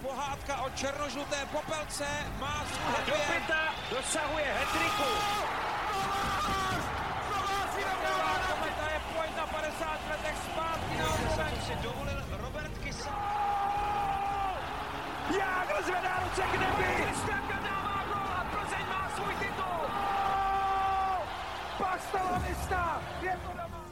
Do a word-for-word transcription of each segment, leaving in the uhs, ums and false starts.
pohádka o černožluté popelce má svůj a dopita dosahuje hat-tricku. Kometa je pojď na padesát letech zpátky na oblomek. Si dovolil Robert Kysa. Jágr zvedá ruce k nebi. Kristianka dává gól a Plzeň má svůj titul. Basta la vista, je to doma.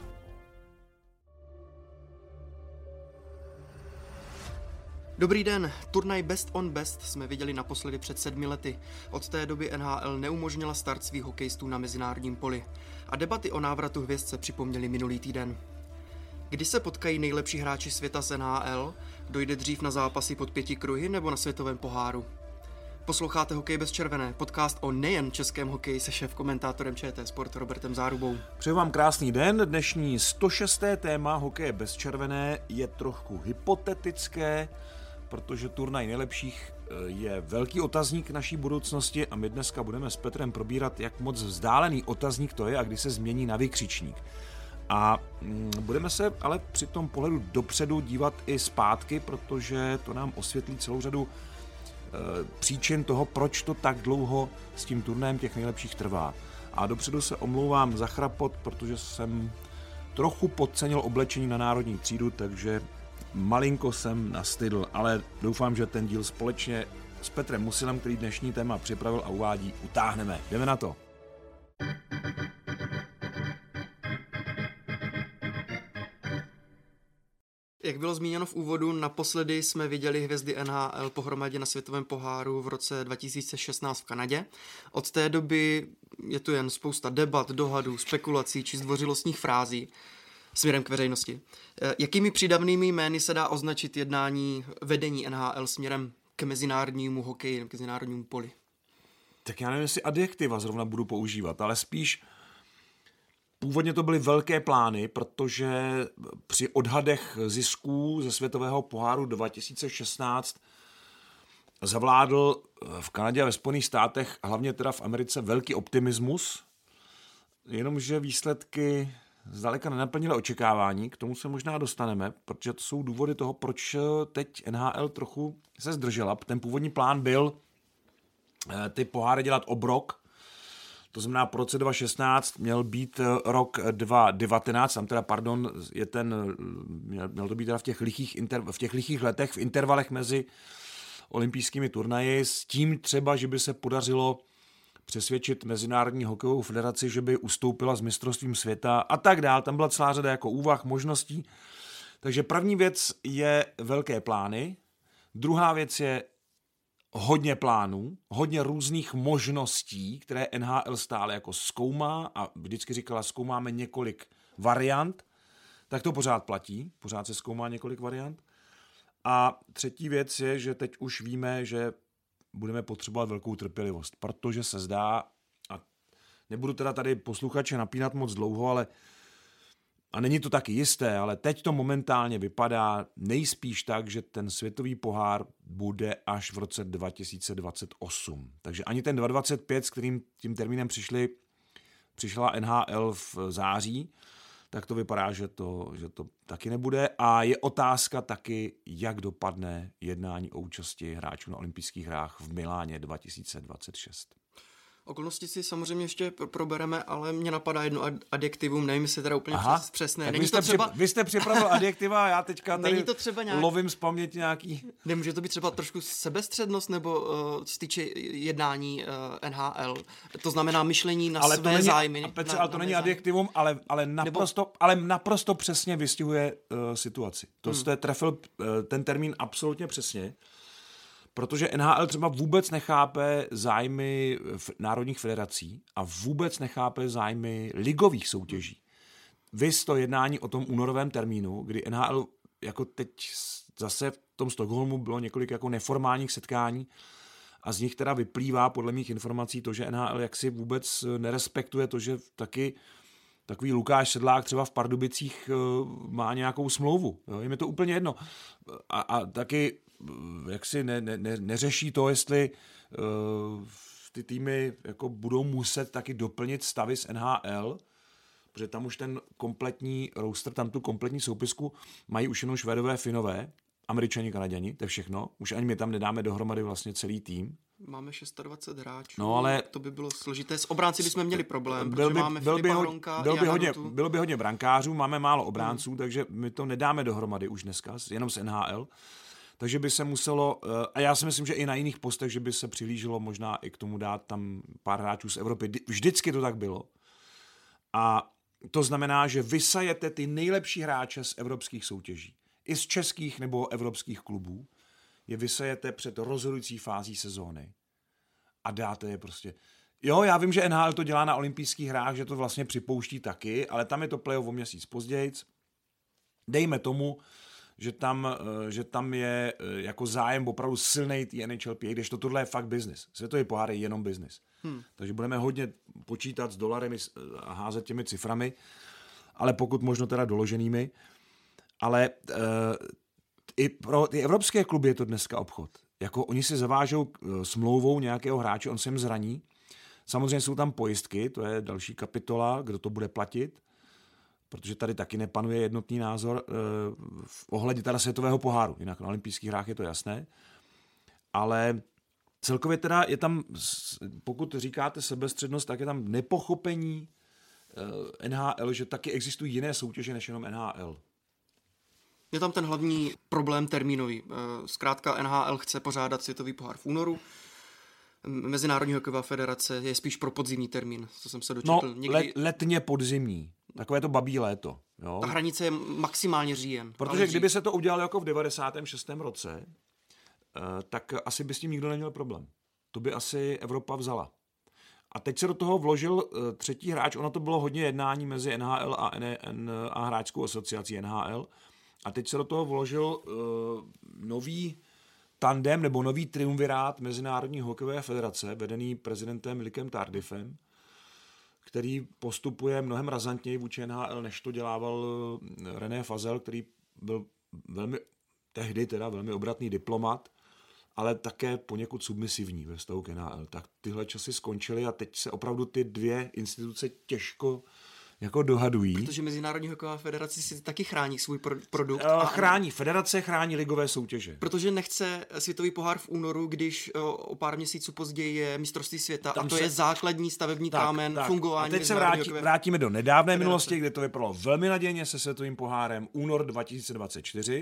Dobrý den, turnaj Best on Best jsme viděli naposledy před sedmi lety. Od té doby N H L neumožnila start svých hokejistů na mezinárodním poli. A debaty o návratu hvězd se připomněly minulý týden. Kdy se potkají nejlepší hráči světa z N H L? Dojde dřív na zápasy pod pěti kruhy nebo na světovém poháru? Posloucháte Hokej bez červené, podcast o nejen českém hokeji se šéfkomentátorem Č T Sport Robertem Zárubou. Přeju vám krásný den, dnešní sto šesté téma Hokeje bez červené je trochu hypotetické, protože turnaj nejlepších je velký otazník naší budoucnosti a my dneska budeme s Petrem probírat, jak moc vzdálený otazník to je a kdy se změní na vykřičník. A budeme se ale při tom pohledu dopředu dívat i zpátky, protože to nám osvětlí celou řadu e, příčin toho, proč to tak dlouho s tím turnajem těch nejlepších trvá. A dopředu se omlouvám za chrapot, protože jsem trochu podcenil oblečení na národní třídu, takže malinko jsem nastydl, ale doufám, že ten díl společně s Petrem Musilem, který dnešní téma připravil a uvádí, utáhneme. Jdeme na to. Jak bylo zmíněno v úvodu, naposledy jsme viděli hvězdy N H L pohromadě na světovém poháru v roce dva tisíce šestnáct v Kanadě. Od té doby je tu jen spousta debat, dohadů, spekulací či zdvořilostních frází směrem k veřejnosti. Jakými přídavnými jmény se dá označit jednání vedení N H L směrem k mezinárodnímu hokeji, k mezinárodnímu poli? Tak já nevím, jestli adjektiva zrovna budu používat, ale spíš původně to byly velké plány, protože při odhadech zisků ze světového poháru dva tisíce šestnáct zavládl v Kanadě a ve Spojených státech, hlavně teda v Americe, velký optimismus, jenomže výsledky zdaleka nenaplnily očekávání, k tomu se možná dostaneme, protože to jsou důvody toho, proč teď N H L trochu se zdržela. Ten původní plán byl ty poháry dělat obrok, to znamená po roce dva tisíce šestnáct měl být rok dva tisíce devatenáct, tam teda, pardon, je ten, měl to být teda v těch lichých, v těch lichých letech, v intervalech mezi olympijskými turnaji, s tím třeba, že by se podařilo přesvědčit Mezinárodní hokejovou federaci, že by ustoupila s mistrovstvím světa a tak dál. Tam byla celá řada jako úvah, možností. Takže první věc je velké plány, druhá věc je hodně plánů, hodně různých možností, které N H L stále jako zkoumá a vždycky říkala, zkoumáme několik variant, tak to pořád platí, pořád se zkoumá několik variant. A třetí věc je, že teď už víme, že budeme potřebovat velkou trpělivost, protože se zdá, a nebudu teda tady posluchače napínat moc dlouho, ale a není to taky jisté, ale teď to momentálně vypadá nejspíš tak, že ten světový pohár bude až v roce dva tisíce dvacet osm. Takže ani ten dva tisíce dvacet pět, s kterým tím termínem přišli, přišla N H L v září, tak to vypadá, že to, že to taky nebude. A je otázka taky, jak dopadne jednání o účasti hráčů na olympijských hrách v Miláně dva tisíce dvacet šest. Okolnosti si samozřejmě ještě probereme, ale mě napadá jedno adjektivum, nevím, jestli teda úplně Aha, přesné. Není vy, jste to třeba... při, vy jste připravil adjektiva a já teďka tady to třeba nějak... lovím z paměti nějaký... Nemůže to být třeba trošku sebestřednost nebo uh, se týče jednání uh, N H L? To znamená myšlení na ale své není, zájmy. Petře, na, ale to na není zájmy. Adjektivum, ale, ale, naprosto, nebo... ale naprosto přesně vystihuje uh, situaci. To jste hmm. trefil uh, ten termín absolutně přesně. Protože N H L třeba vůbec nechápe zájmy národních federací a vůbec nechápe zájmy ligových soutěží. Vys to jednání o tom únorovém termínu, kdy N H L jako teď zase v tom Stockholmu bylo několik jako neformálních setkání a z nich teda vyplývá podle mých informací to, že N H L jaksi vůbec nerespektuje to, že taky takový Lukáš Sedlák třeba v Pardubicích má nějakou smlouvu. Jo? Jim je to úplně jedno. A, a taky jak si ne, ne, ne, neřeší to, jestli uh, ty týmy jako budou muset taky doplnit stavy z N H L, protože tam už ten kompletní roster, tam tu kompletní soupisku mají už jenom Švédové, Finové Američani, Kanaďani, to je všechno. Už ani my tam nedáme dohromady vlastně celý tým. Máme dvacet šest hráčů, no, ale to by bylo složité. S obránci bychom měli problém, byl protože by, máme byl Filipa by, Hronka, byl by hodně, Janarutu. Bylo by hodně brankářů, máme málo obránců, hmm. takže my to nedáme dohromady už dneska, jenom z N H L. Takže by se muselo, a já si myslím, že i na jiných postech, že by se přihlíželo možná i k tomu dát tam pár hráčů z Evropy. Vždycky to tak bylo. A to znamená, že vysajete ty nejlepší hráče z evropských soutěží. I z českých nebo evropských klubů. Je vysajete před rozhodující fází sezóny. A dáte je prostě. Jo, já vím, že N H L to dělá na olympijských hrách, že to vlastně připouští taky, ale tam je to playoff o měsíc pozdějc. Dejme tomu, že tam, že tam je jako zájem opravdu silnej tý N H L P A, kdežto tohle je fakt business. Světový pohár je jenom business. Hmm. Takže budeme hodně počítat s dolarem a házet těmi ciframi, ale pokud možno teda doloženými. Ale uh, i pro ty evropské kluby je to dneska obchod. Jako oni si zavážou uh, smlouvou nějakého hráče, on se jim zraní. Samozřejmě jsou tam pojistky, to je další kapitola, kdo to bude platit, protože tady taky nepanuje jednotný názor uh, v ohledě teda světového poháru. Jinak na olympijských hrách je to jasné. Ale celkově teda je tam, pokud říkáte sebestřednost, tak je tam nepochopení uh, N H L, že taky existují jiné soutěže než jenom N H L. Je tam ten hlavní problém termínový. Zkrátka N H L chce pořádat světový pohár v únoru. Mezinárodní hokejová federace je spíš pro podzimní termín, co jsem se dočetl. No, někdy... let, letně podzimní. Takové to babí léto. Jo? Ta hranice je maximálně říjen. Protože kdyby se to udělalo jako v devadesátém šestém roce, tak asi by s tím nikdo neměl problém. To by asi Evropa vzala. A teď se do toho vložil třetí hráč. Ono to bylo hodně jednání mezi N H L a, N- N- a hráčskou asociací N H L. A teď se do toho vložil uh, nový tandem nebo nový triumvirát Mezinárodní hokejové federace, vedený prezidentem Rickem Tardifem, který postupuje mnohem razantněji vůči N H L, než to dělával René Fazel, který byl velmi, tehdy teda velmi obratný diplomat, ale také poněkud submisivní ve vztahu k N H L. Tak tyhle časy skončily a teď se opravdu ty dvě instituce těžko jako dohadují. Protože Mezinárodní hokejová federace si taky chrání svůj pro- produkt. A chrání federace, chrání ligové soutěže. Protože nechce světový pohár v únoru, když o pár měsíců později je mistrovství světa. Tam a to se... je základní stavební tak, kámen tak. fungování. A teď se vrátí, hokejové... vrátíme do nedávné federace. Minulosti, kde to vypadalo velmi nadějně se světovým pohárem únor dva tisíce dvacet čtyři.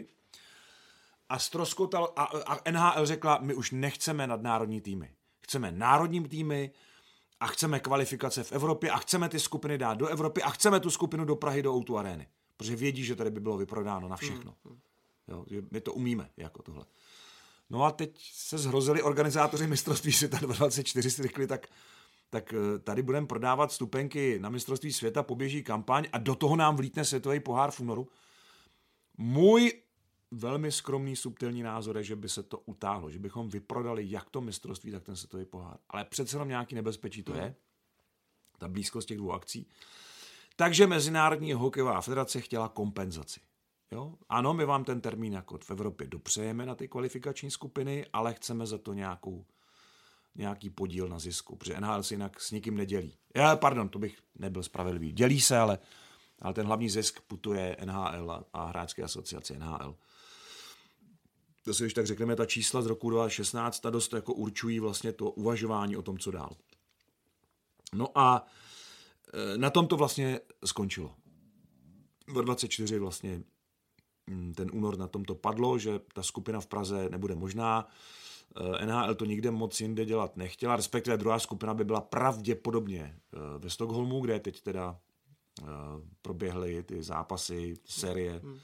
A ztroskotal a, a N H L řekla, my už nechceme nadnárodní týmy. Chceme národní týmy, a chceme kvalifikace v Evropě a chceme ty skupiny dát do Evropy a chceme tu skupinu do Prahy do O dva Areny. Protože vědí, že tady by bylo vyprodáno na všechno. Jo, že my to umíme jako tohle. No a teď se zhrozili organizátoři mistrovství světa dvacet čtyři, si řekli, tak, tak tady budeme prodávat stupenky na mistrovství světa, poběží kampaň a do toho nám vlítne světový pohár v únoru. Můj velmi skromný, subtilní názor je, že by se to utáhlo, že bychom vyprodali jak to mistrovství, tak ten světový pohár. Ale přece jenom nějaký nebezpečí to je, ta blízkost těch dvou akcí. Takže Mezinárodní hokejová federace chtěla kompenzaci. Jo? Ano, my vám ten termín jako v Evropě dopřejeme na ty kvalifikační skupiny, ale chceme za to nějakou, nějaký podíl na zisku, protože N H L se jinak s nikým nedělí. Já, pardon, to bych nebyl spravedlivý. Dělí se, ale, ale ten hlavní zisk putuje N H L a, a hráčské asociace N H L. To si už tak řekneme, ta čísla z roku dva tisíce šestnáct ta dost jako určují vlastně to uvažování o tom, co dál. No a na tom to vlastně skončilo. V dvacet čtyři vlastně ten únor na tom to padlo, že ta skupina v Praze nebude možná. N H L to nikde moc jinde dělat nechtěla, respektive druhá skupina by byla pravděpodobně ve Stockholmu, kde teď teda proběhly ty zápasy, série hmm.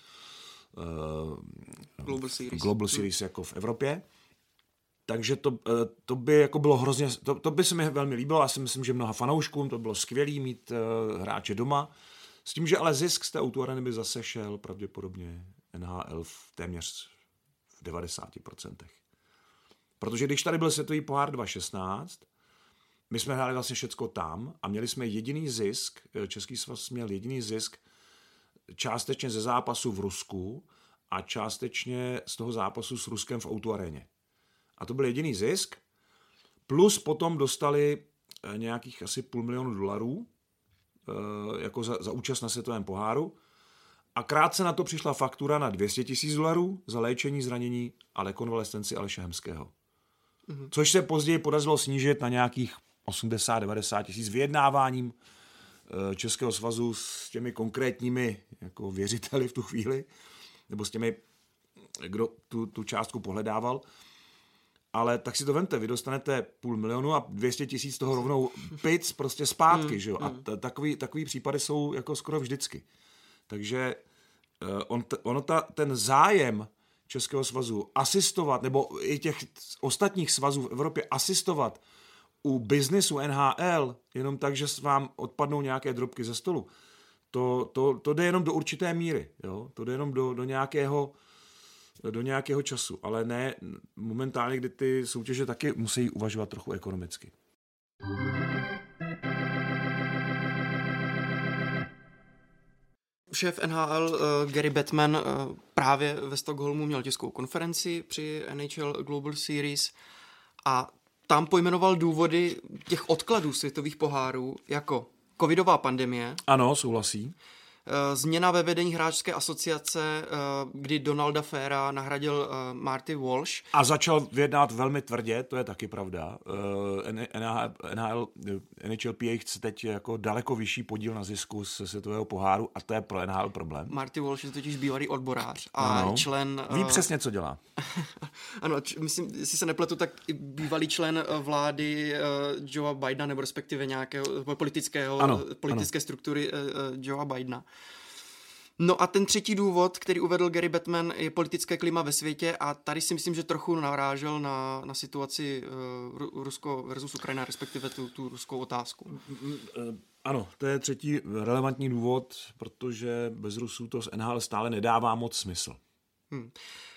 Global Series, Global Series hmm. jako v Evropě. Takže to, to by jako bylo hrozně, to, to by se mi velmi líbilo, já si myslím, že mnoha fanouškům to bylo skvělý mít uh, hráče doma, s tím, že ale zisk z té O dva Areny by zase šel pravděpodobně N H L v téměř v devadesáti procentech. Protože když tady byl světový pohár dva tisíce šestnáct, my jsme hráli vlastně všecko tam a měli jsme jediný zisk, Český svaz měl jediný zisk částečně ze zápasu v Rusku a částečně z toho zápasu s Ruskem v O dva Aréně. A to byl jediný zisk, plus potom dostali nějakých asi půl milionu dolarů jako za, za účast na světovém poháru A krátce na to přišla faktura na dvě stě tisíc dolarů za léčení zranění a rekonvalescenci Aleše Hemského. Mm-hmm. Což se později podařilo snížit na nějakých osmdesát devadesát tisíc vyjednáváním Českého svazu s těmi konkrétními jako věřiteli v tu chvíli, nebo s těmi, kdo tu, tu částku pohledával. Ale tak si to vemte, vy dostanete půl milionu a dvě stě tisíc toho rovnou pic prostě zpátky, mm, že jo? A t- takový, takový případy jsou jako skoro vždycky. Takže on, t- ono ta, ten zájem Českého svazu asistovat, nebo i těch ostatních svazů v Evropě asistovat u biznesu N H L, jenom tak, že vám odpadnou nějaké drobky ze stolu, to, to, to jde jenom do určité míry, jo? To jde jenom do, do, nějakého, do nějakého času, ale ne momentálně, kdy ty soutěže taky musí uvažovat trochu ekonomicky. Šéf N H L uh, Gary Bettman uh, právě ve Stockholmu měl tiskovou konferenci při N H L Global Series a tam pojmenoval důvody těch odkladů světových pohárů jako covidová pandemie. Ano, souhlasí. Změna ve vedení hráčské asociace, kdy Donalda Fera nahradil Marty Walsh. A začal vyjednávat velmi tvrdě, to je taky pravda. N H L, N H L P A chce teď jako daleko vyšší podíl na zisku ze světového poháru a to je pro N H L problém. Marty Walsh je totiž bývalý odborář a ano, člen... Ví přesně, co dělá. Ano, č- myslím, jestli se nepletu, tak i bývalý člen vlády uh, Joea Bidena, nebo respektive nějakého politického, ano, politické ano. struktury uh, Joea Bidena. No a ten třetí důvod, který uvedl Gary Bettman, je politické klima ve světě a tady si myslím, že trochu narážel na, na situaci uh, Rusko versus Ukrajina, respektive tu, tu ruskou otázku. Ano, to je třetí relevantní důvod, protože bez Rusů to z N H L stále nedává moc smysl. Hmm.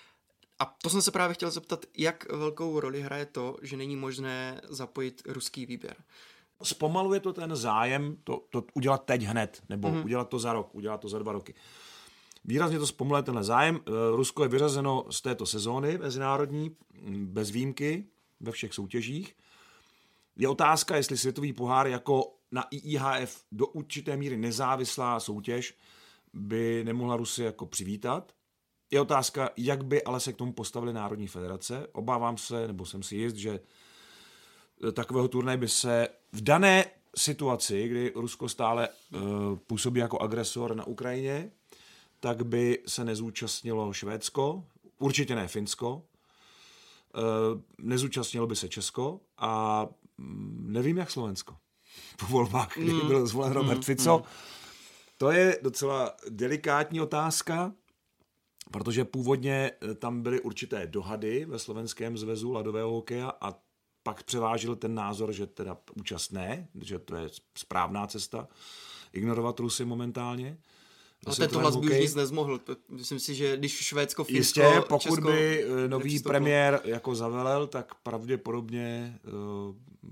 A to jsem se právě chtěl zeptat, jak velkou roli hraje to, že není možné zapojit ruský výběr. Zpomaluje to ten zájem to, to udělat teď hned, nebo mm-hmm. udělat to za rok, udělat to za dva roky. Výrazně to zpomaluje tenhle zájem. Rusko je vyřazeno z této sezóny mezinárodní, bez výjimky, ve všech soutěžích. Je otázka, jestli světový pohár jako na I I H F do určité míry nezávislá soutěž by nemohla Rusy jako přivítat. Je otázka, jak by ale se k tomu postavily národní federace. Obávám se, nebo jsem si jist, že takového turnaje by se v dané situaci, kdy Rusko stále uh, působí jako agresor na Ukrajině, tak by se nezúčastnilo Švédsko, určitě ne Finsko, uh, nezúčastnilo by se Česko a um, nevím, jak Slovensko. Po volbách, kdy mm. byl zvolen Robert mm. Fico. Mm. To je docela delikátní otázka, protože původně tam byly určité dohady ve Slovenském svazu ľadového hokeja a pak převážil ten názor, že teda účast ne, že to je správná cesta ignorovat Rusy momentálně. No tento hlas by už nic nezmohl. Myslím si, že když Švédsko, Finsko, Jistě, pokud Česko, by nový premiér jako zavelel, tak pravděpodobně uh,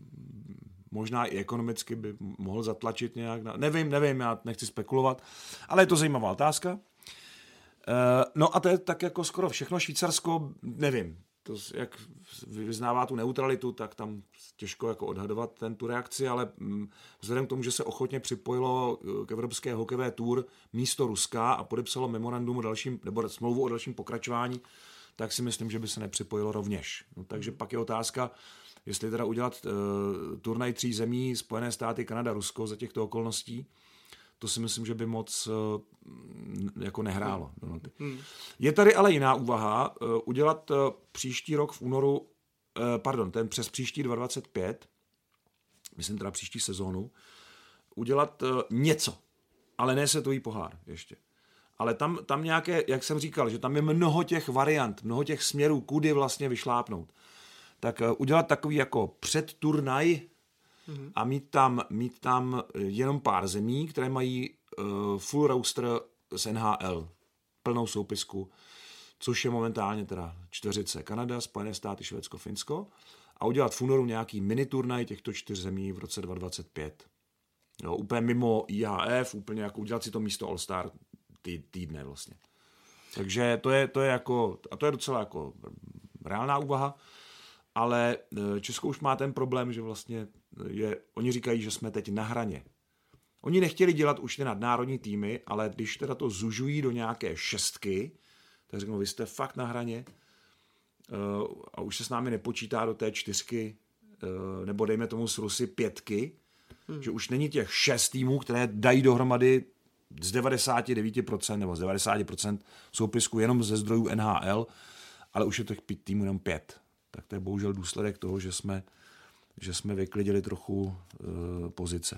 možná i ekonomicky by mohl zatlačit nějak. Na... Nevím, nevím, já nechci spekulovat, ale je to zajímavá otázka. Uh, no a to je tak jako skoro všechno. Švýcarsko, nevím. To, jak vyznává tu neutralitu, tak tam těžko jako odhadovat ten, tu reakci, ale vzhledem k tomu, že se ochotně připojilo k Evropské hokejové tour místo Ruska a podepsalo memorandum o dalším, nebo smlouvu o dalším pokračování, tak si myslím, že by se nepřipojilo rovněž. No, takže pak je otázka, jestli teda udělat uh, turnaj tří zemí, Spojené státy, Kanada, Rusko za těchto okolností, to si myslím, že by moc uh, jako nehrálo. Hmm. Je tady ale jiná úvaha, uh, udělat uh, příští rok v únoru, uh, pardon, ten přes příští dvacet dvacet pět, myslím teda příští sezónu, udělat uh, něco, ale ne světový pohár ještě. Ale tam, tam nějaké, jak jsem říkal, že tam je mnoho těch variant, mnoho těch směrů, kudy vlastně vyšlápnout. Tak uh, udělat takový jako předturnaj, mm-hmm. a mít tam, mít tam jenom pár zemí, které mají uh, full roster z N H L, plnou soupisku, což je momentálně teda čtveřice Kanada, Spojené státy, Švédsko, Finsko, a udělat v únoru nějaký mini turnaj těchto čtyř zemí v roce dvacet dvacet pět. Jo, úplně mimo I H F, úplně jako udělat si to místo All-Star tý, týdne vlastně. Takže to je, to je jako, a to je docela jako reálná úvaha, ale Česko už má ten problém, že vlastně je, oni říkají, že jsme teď na hraně. Oni nechtěli dělat už ty nadnárodní týmy, ale když teda to zužují do nějaké šestky, tak řeknou, vy jste fakt na hraně uh, a už se s námi nepočítá do té čtyřky, uh, nebo dejme tomu s Rusy pětky, hmm. že už není těch šest týmů, které dají dohromady z devadesát devět procent nebo z devadesát procent soupisku jenom ze zdrojů N H L, ale už je těch pět týmů jenom pět. Tak to je bohužel důsledek toho, že jsme, že jsme vyklidili trochu uh, pozice.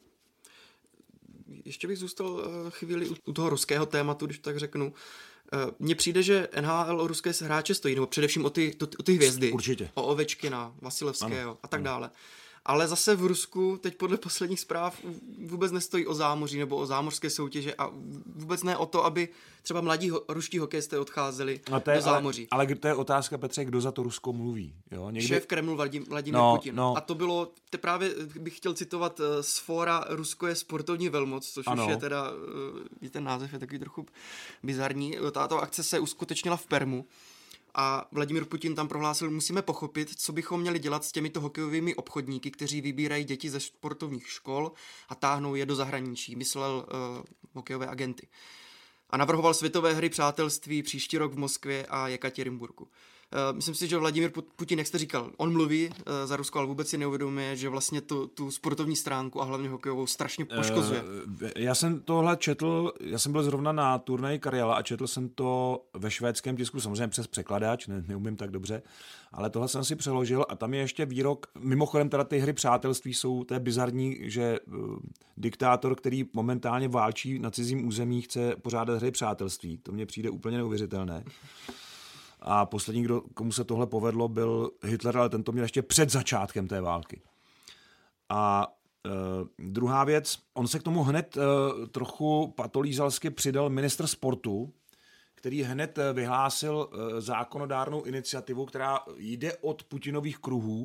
Ještě bych zůstal uh, chvíli u, u toho ruského tématu, když tak řeknu. Uh, Mně přijde, že N H L o ruské hráče stojí, nebo především o ty, to, o ty hvězdy. Určitě. O Ovečkina, Vasilevského ano, a tak ano. dále. Ale zase v Rusku teď podle posledních zpráv vůbec nestojí o zámoří nebo o zámořské soutěže a vůbec ne o to, aby třeba mladí ho, ruští hokejisté odcházeli no to je, do zámoří. Ale, ale to je otázka, Petře, kdo za to Rusko mluví. Jo? Někdy... Šéf Kremlu Vladim, Vladimír no, Putin. No. A to bylo, te právě bych chtěl citovat z fóra Rusko je sportovní velmoc, což ano. už je teda, ten název je takový trochu bizarní. Tato akce se uskutečnila v Permu. A Vladimír Putin tam prohlásil, musíme pochopit, co bychom měli dělat s těmito hokejovými obchodníky, kteří vybírají děti ze sportovních škol a táhnou je do zahraničí, myslel uh, hokejové agenty. A navrhoval světové hry přátelství příští rok v Moskvě a Jekatěrinburgu. Uh, myslím si, že Vladimír Putin, jak jste říkal, on mluví uh, za Rusko, ale vůbec si neuvědomuje, že vlastně tu, tu sportovní stránku a hlavně hokejovou strašně poškozuje. Uh, já jsem tohle četl, já jsem byl zrovna na turnaji Karjala a četl jsem to ve švédském tisku, samozřejmě přes překladač, ne, neumím tak dobře, ale tohle jsem si přeložil a tam je ještě výrok, mimochodem teda ty hry přátelství jsou, to je bizarní, že uh, diktátor, který momentálně válčí na cizím území, chce pořádat hry přátelství, to mně přijde úplně neuvěřitelné. A poslední, kdo, komu se tohle povedlo, byl Hitler, ale ten to měl ještě před začátkem té války. A e, druhá věc, on se k tomu hned e, trochu patolízalsky přidal ministr sportu, který hned vyhlásil e, zákonodárnou iniciativu, která jde od Putinových kruhů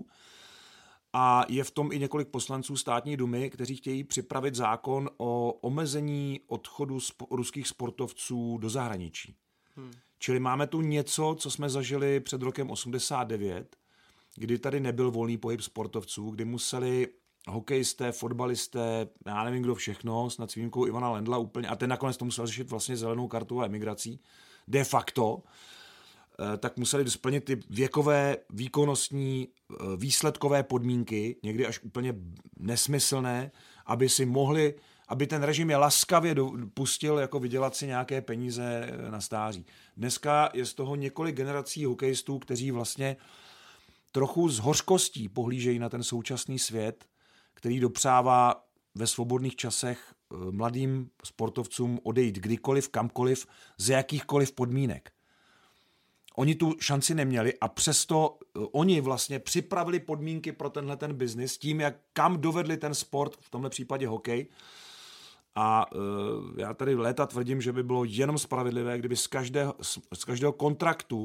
a je v tom i několik poslanců státní dumy, kteří chtějí připravit zákon o omezení odchodu sp- ruských sportovců do zahraničí. Hmm. Čili máme tu něco, co jsme zažili před rokem osmdesát devět, kdy tady nebyl volný pohyb sportovců, kdy museli hokejisté, fotbalisté, já nevím kdo všechno, snad s výjimkou Ivana Lendla úplně, a ten nakonec to musel řešit vlastně zelenou kartou a emigrací, de facto, tak museli splnit ty věkové, výkonnostní, výsledkové podmínky, někdy až úplně nesmyslné, aby si mohli, aby ten režim je laskavě pustil jako vydělat si nějaké peníze na stáří. Dneska je z toho několik generací hokejistů, kteří vlastně trochu s hořkostí pohlížejí na ten současný svět, který dopřává ve svobodných časech mladým sportovcům odejít kdykoliv, kamkoliv, z jakýchkoliv podmínek. Oni tu šanci neměli a přesto oni vlastně připravili podmínky pro tenhle ten biznis tím, jak kam dovedli ten sport, v tomhle případě hokej. A uh, já tady léta tvrdím, že by bylo jenom spravedlivé, kdyby z každého, z každého kontraktu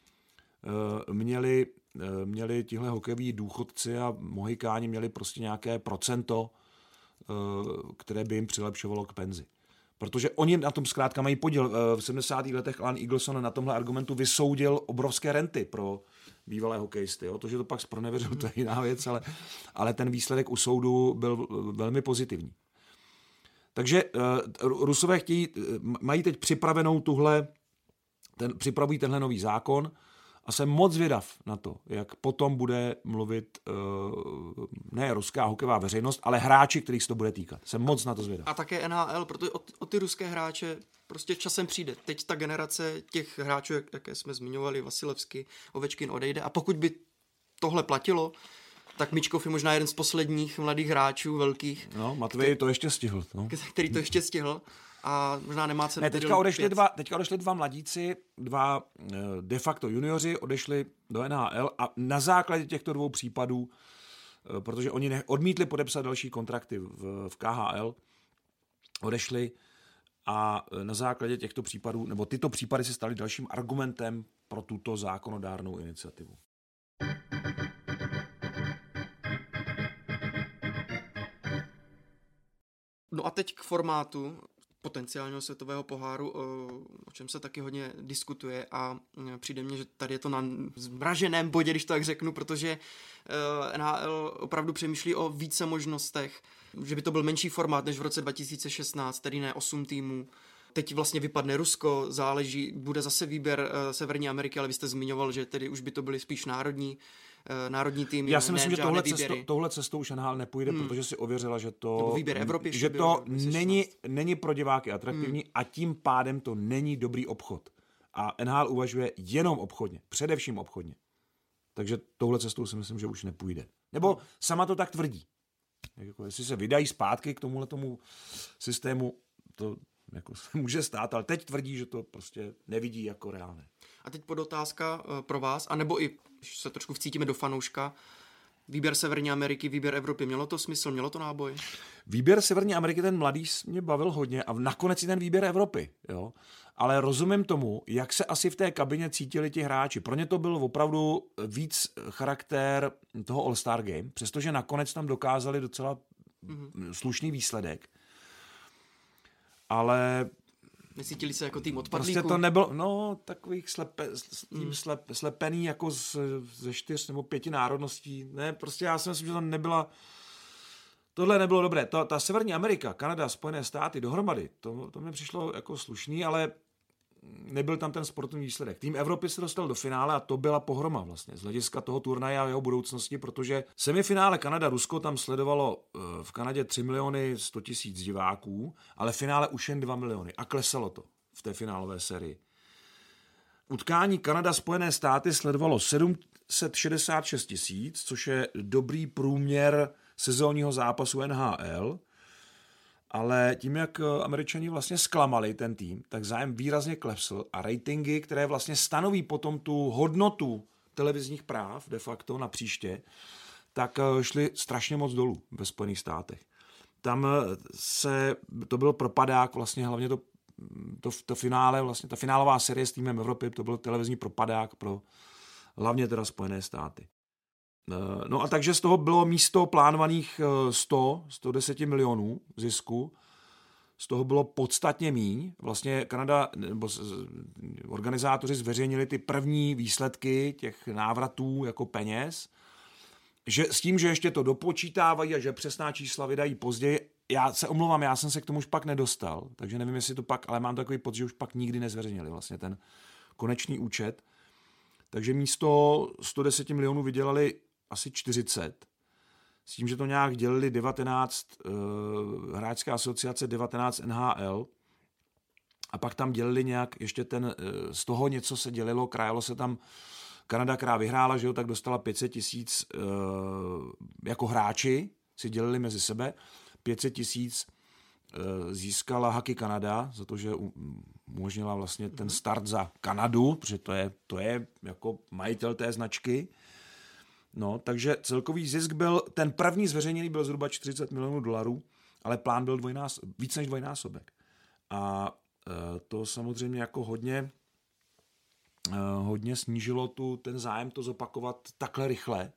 uh, měli, uh, měli tihle hokejoví důchodci a mohikáni měli prostě nějaké procento, uh, které by jim přilepšovalo k penzi. Protože oni na tom zkrátka mají podíl. V sedmdesátých letech Alan Eagleson na tomhle argumentu vysoudil obrovské renty pro bývalé hokejisty. Jo? To, že to pak zpronevěřil, to je jiná věc, ale, ale ten výsledek u soudu byl velmi pozitivní. Takže uh, Rusové chtějí, mají teď připravenou tuhle, ten, připravují tenhle nový zákon a jsem moc zvědav na to, jak potom bude mluvit uh, ne ruská hokejová veřejnost, ale hráči, kterých se to bude týkat. Jsem moc na to zvědav. A také N H L, protože o, o ty ruské hráče prostě časem přijde. Teď ta generace těch hráčů, jak, jaké jsme zmiňovali, Vasilevský, Ovečkin odejde a pokud by tohle platilo, tak Mičkov je možná jeden z posledních mladých hráčů velkých. No, Matvej který, to ještě stihl. No. Který to ještě stihl a možná nemá cenu. Ne, teďka odešli, dva, teďka odešli dva mladíci, dva de facto junioři, odešli do N H L a na základě těchto dvou případů, protože oni ne, odmítli podepsat další kontrakty v, v K H L, odešli a na základě těchto případů, nebo tyto případy se staly dalším argumentem pro tuto zákonodárnou iniciativu. No a teď k formátu. potenciálního světového poháru, o čem se taky hodně diskutuje a přijde mně, že tady je to na zmraženém bodě, když to tak řeknu, protože N H L opravdu přemýšlí o více možnostech, že by to byl menší formát než v roce dva tisíce šestnáct, tedy ne osm týmů. Teď vlastně vypadne Rusko, záleží, bude zase výběr Severní Ameriky, ale vy jste zmiňoval, že tedy už by to byly spíš národní národní týmy. Já si myslím, že tohle cestou, tohle cestou už N H L nepůjde, hmm. protože si ověřila, že to, výběr Evropy, že to není, není pro diváky atraktivní hmm. a tím pádem to není dobrý obchod. A N H L uvažuje jenom obchodně, především obchodně. Takže tohle cestou si myslím, že už nepůjde. Nebo sama to tak tvrdí. Jako, jestli se vydají zpátky k tomuhle tomu systému, to jako se může stát, ale teď tvrdí, že to prostě nevidí jako reálné. A teď podotázka pro vás, anebo i, když se trošku vcítíme do fanouška, výběr Severní Ameriky, výběr Evropy, mělo to smysl, mělo to náboj? Výběr Severní Ameriky, ten mladý mě bavil hodně a nakonec i ten výběr Evropy, jo. Ale rozumím tomu, jak se asi v té kabině cítili ti hráči. Pro ně to byl opravdu víc charakter toho All-Star Game, přestože nakonec tam dokázali docela mm-hmm. slušný výsledek. Ale necítili se jako tým odpadlíků? Prostě to nebylo, no, takových slepe, tým mm. slep, slepený jako z, ze čtyř nebo pěti národností. Ne, prostě já si myslím, že to nebyla, tohle nebylo dobré. To, ta Severní Amerika, Kanada, Spojené státy dohromady, to, to mi přišlo jako slušný, ale nebyl tam ten sportovní výsledek. Tým Evropy se dostal do finále a to byla pohroma vlastně z hlediska toho turnaje a jeho budoucnosti, protože semifinále Kanada-Rusko tam sledovalo v Kanadě tři miliony sto tisíc diváků, ale v finále už jen dva miliony a klesalo to v té finálové sérii. Utkání Kanada-Spojené státy sledovalo sedm set šedesát šest tisíc, což je dobrý průměr sezónního zápasu N H L, ale tím, jak Američani vlastně zklamali ten tým, tak zájem výrazně klesl a ratingy, které vlastně stanoví potom tu hodnotu televizních práv de facto na příště, tak šly strašně moc dolů ve Spojených státech. Tam se, to byl propadák, vlastně hlavně to, to, to finále, vlastně ta finálová série s týmem Evropy, to byl televizní propadák pro hlavně teda Spojené státy. No a takže z toho bylo místo plánovaných sto, sto deset milionů zisku, z toho bylo podstatně míň. Vlastně Kanada, nebo organizátoři zveřejnili ty první výsledky těch návratů jako peněz, že s tím, že ještě to dopočítávají a že přesná čísla vydají později. Já se omlouvám, já jsem se k tomu už pak nedostal, takže nevím, jestli to pak, ale mám takový pocit, že už pak nikdy nezveřejnili vlastně ten konečný účet. Takže místo sto deset milionů vydělali asi čtyřicet. S tím, že to nějak dělili devatenáct, uh, hráčská asociace devatenáct N H L a pak tam dělili nějak ještě ten, uh, z toho něco se dělilo, krájelo se tam, Kanada, která vyhrála, že jo, tak dostala pět set tisíc uh, jako hráči, si dělili mezi sebe, pět set tisíc uh, získala Hockey Kanada, za to, že umožnila vlastně ten start za Kanadu, protože to je, to je jako majitel té značky. No, takže celkový zisk byl, ten první zveřejněný byl zhruba čtyřicet milionů dolarů, ale plán byl dvojnás, víc než dvojnásobek. A e, to samozřejmě jako hodně, e, hodně snížilo tu, ten zájem to zopakovat takhle rychle.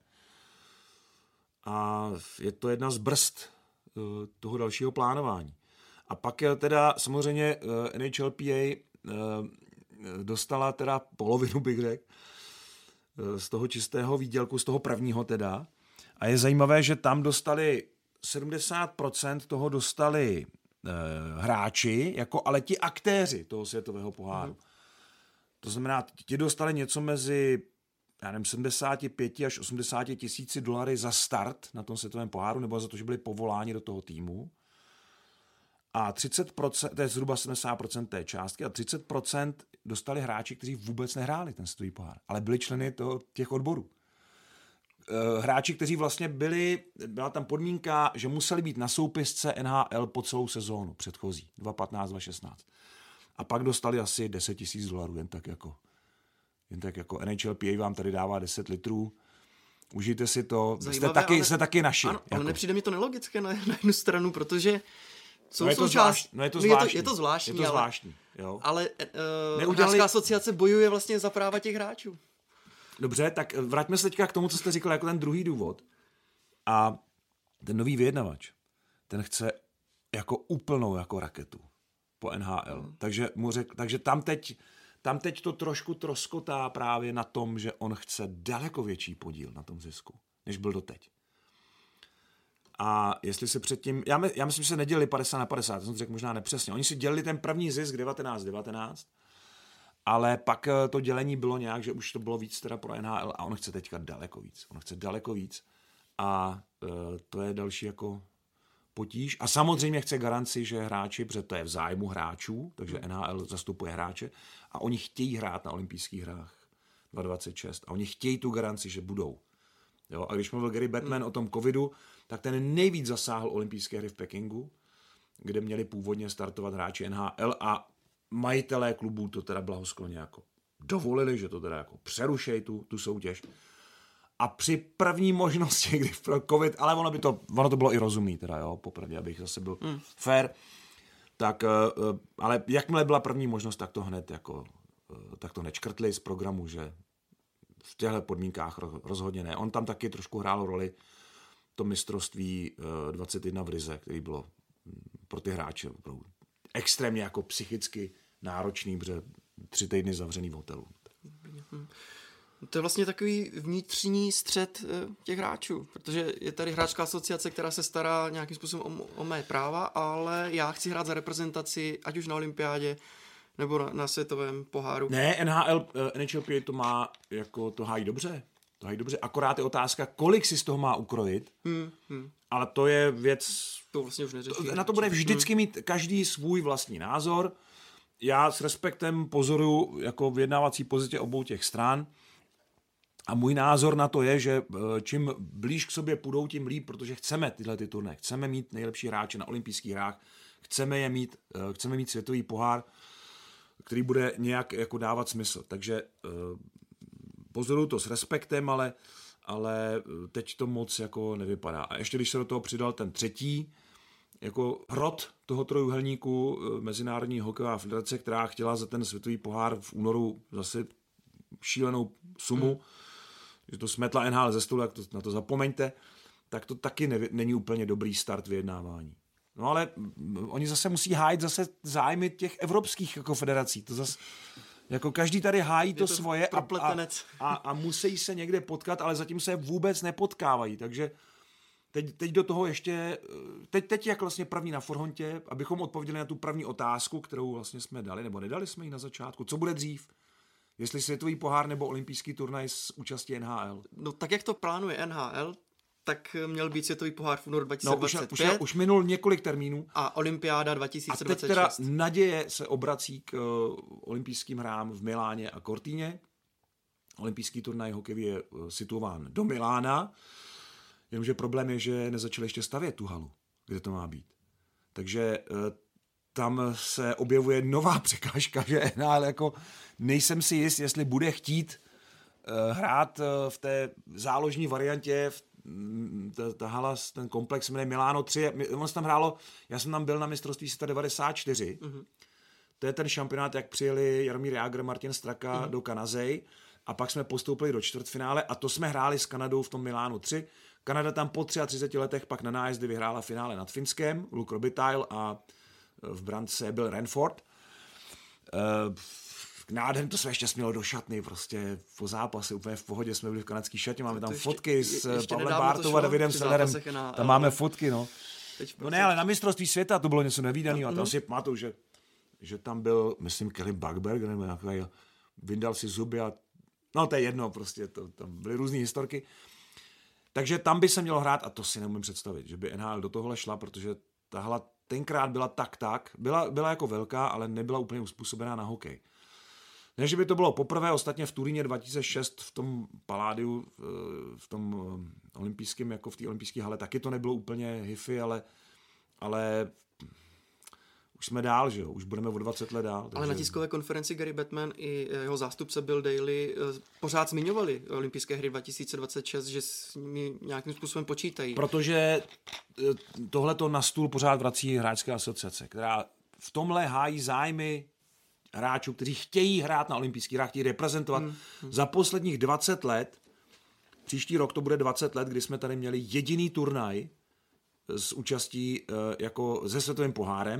A je to jedna z brzd e, toho dalšího plánování. A pak je teda samozřejmě e, N H L P A e, dostala teda polovinu, bych řekl, z toho čistého výdělku, z toho prvního teda. A je zajímavé, že tam dostali sedmdesát procent toho dostali e, hráči, jako, ale ti aktéři toho světového poháru. Mm. To znamená, ti dostali něco mezi já nevím, sedmdesát pět až osmdesát tisíci dolary za start na tom světovém poháru, nebo za to, že byli povoláni do toho týmu. A třicet procent, to je zhruba sedmdesát procent té částky, a třicet procent dostali hráči, kteří vůbec nehráli ten světový pohár, ale byli členy toho, těch odborů. Hráči, kteří vlastně byli, byla tam podmínka, že museli být na soupisce N H L po celou sezónu předchozí, dva patnáct dva šestnáct. A pak dostali asi deset tisíc dolarů, jen tak jako, jen tak jako N H L P A vám tady dává deset litrů. Užijte si to, Zajímavé, jste taky, ale, jste taky naši. Ano, jako. Ale nepřijde mi to nelogické na, na jednu stranu, protože jsou no je, to součást, zvlášť, no je to zvláštní. Je to, je to zvláštní, je to zvláštní ale, jo. ale uh, Neudělali... hráčská asociace bojuje vlastně za práva těch hráčů. Dobře, tak vraťme se teďka k tomu, co jste říkal jako ten druhý důvod. A ten nový vyjednavač, ten chce jako úplnou jako raketu. po N H L. Hmm. Takže, mu řek, takže tam, teď, tam teď to trošku troskotá právě na tom, že on chce daleko větší podíl na tom zisku, než byl doteď. A jestli se předtím, já, my, já myslím, že se nedělili padesát na padesát, to jsem řekl možná nepřesně. Oni si dělili ten první zisk devatenáct devatenáct, ale pak to dělení bylo nějak, že už to bylo víc teda pro N H L a on chce teďka daleko víc. On chce daleko víc a e, to je další jako potíž. A samozřejmě chce garanci, že hráči, protože to je v zájmu hráčů, takže N H L zastupuje hráče a oni chtějí hrát na olympijských hrách dvacet dvacet šest a oni chtějí tu garanci, že budou. Jo, a když mluvil Gary Bettman hmm. o tom covidu, tak ten nejvíc zasáhl olympijské hry v Pekingu, kde měli původně startovat hráči N H L a majitelé klubů to teda blahoskloně jako dovolili, že to teda jako přerušej tu, tu soutěž. A při první možnosti, kdy pro covid, ale ono by to, ono to bylo i rozumný teda, jo, popravdě, abych zase byl hmm. fair, tak, ale jakmile byla první možnost, tak to hned jako, tak to nečkrtli z programu, že v těchto podmínkách rozhodně ne. On tam taky trošku hrál roli to mistrovství dvacet jedna v Rize, který bylo pro ty hráče extrémně jako psychicky náročný, protože tři týdny zavřený v hotelu. To je vlastně takový vnitřní střet těch hráčů, protože je tady hráčská asociace, která se stará nějakým způsobem o, o mé práva, ale já chci hrát za reprezentaci, ať už na olympiádě, nebo na, na světovém poháru. Ne, N H L, N H L P A to má, jako to hájí dobře. To hájí dobře, akorát je otázka, kolik si z toho má ukrojit, hmm, hmm. ale to je věc... To vlastně už neřeší. Na to bude vždycky hmm. mít každý svůj vlastní názor. Já s respektem pozoruju jako vyjednávací pozici obou těch stran a můj názor na to je, že čím blíž k sobě půjdou, tím líp, protože chceme tyhle ty turné, chceme mít nejlepší hráče na olympijských hrách, chceme je mít, chceme mít světový pohár, který bude nějak jako dávat smysl. Takže pozoruju to s respektem, ale, ale teď to moc jako nevypadá. A ještě když se do toho přidal ten třetí, jako hrot toho trojuhelníku Mezinárodní hokejová federace, která chtěla za ten světový pohár v únoru zase šílenou sumu, hmm. že to smetla N H L ze stolu, tak to, na to zapomeňte, tak to taky ne, není úplně dobrý start vyjednávání. No ale oni zase musí hájit zase zájmy těch evropských jako federací. To zase, jako každý tady hájí to, to svoje a, a, a, a musí se někde potkat, ale zatím se vůbec nepotkávají. Takže teď, teď do toho ještě, teď, teď jak vlastně první na forhontě, abychom odpověděli na tu první otázku, kterou vlastně jsme dali, nebo nedali jsme ji na začátku. Co bude dřív? Jestli světový pohár nebo olympijský turnaj s účastí N H L? No tak jak to plánuje N H L, tak měl být světový pohár v únoru dva tisíce dvacet pět. No, už, už, už minul několik termínů. A olympiáda dva tisíce dvacet šest. A teď teda naděje se obrací k uh, olympijským hrám v Miláně a Cortíně. Olympijský turnaj hokejový je uh, situován do Milána, jenomže problém je, že nezačali ještě stavět tu halu, kde to má být. Takže uh, tam se objevuje nová překážka, že N H L jako nejsem si jist, jestli bude chtít uh, hrát uh, v té záložní variantě v Ta, ta hala, ten komplex jmenuje Milano tři, on se tam hrálo, já jsem tam byl na mistrovství světa devadesát čtyři, mm-hmm. to je ten šampionát, jak přijeli Jaromír Jágr, Martin Straka mm-hmm. do Kanazej a pak jsme postoupili do čtvrtfinále a to jsme hráli s Kanadou v tom Milánu tři. Kanada tam po třiceti třech letech pak na nájezdy vyhrála finále nad Finskem, Luke Robitaille a v brance byl Renford. Uh, Nádherně, to se ještě smělo do šatny, prostě po zápase, úplně v pohodě jsme byli v kanadský šatně, máme tam fotky ještě, s Pavlem Bártou a Davidem Sellerem, na, tam máme fotky, no. No ne, ale na mistrovství světa to bylo něco nevídaného, a tam si pamatuju, že, že tam byl, myslím, Kelly Buckberg, nebo nějaký, vyndal si zuby a, no to je jedno, prostě, to, tam byly různý historky. Takže tam by se mělo hrát, a to si neumím představit, že by N H L do tohohle šla, protože ta hala tenkrát byla tak tak, byla, byla jako velká, ale nebyla úplně uspůsobená na hokej. Ne, že by to bylo poprvé, ostatně v Turíně dva tisíce šest v tom Paládiu, v tom olympijském, jako v té olympijské hale, taky to nebylo úplně hifi, ale, ale už jsme dál, že jo, už budeme o dvacet let dál. Takže... Ale na tiskové konferenci Gary Bettman i jeho zástupce Bill Daly pořád zmiňovali olympijské hry dva tisíce dvacet šest, že s nimi nějakým způsobem počítají. Protože tohleto na stůl pořád vrací hráčská asociace, která v tomhle hájí zájmy hráčů, kteří chtějí hrát na olympijských hrách, chtějí reprezentovat. Hmm. Za posledních dvacet let, příští rok to bude dvacet let, kdy jsme tady měli jediný turnaj s účastí jako se světovým pohárem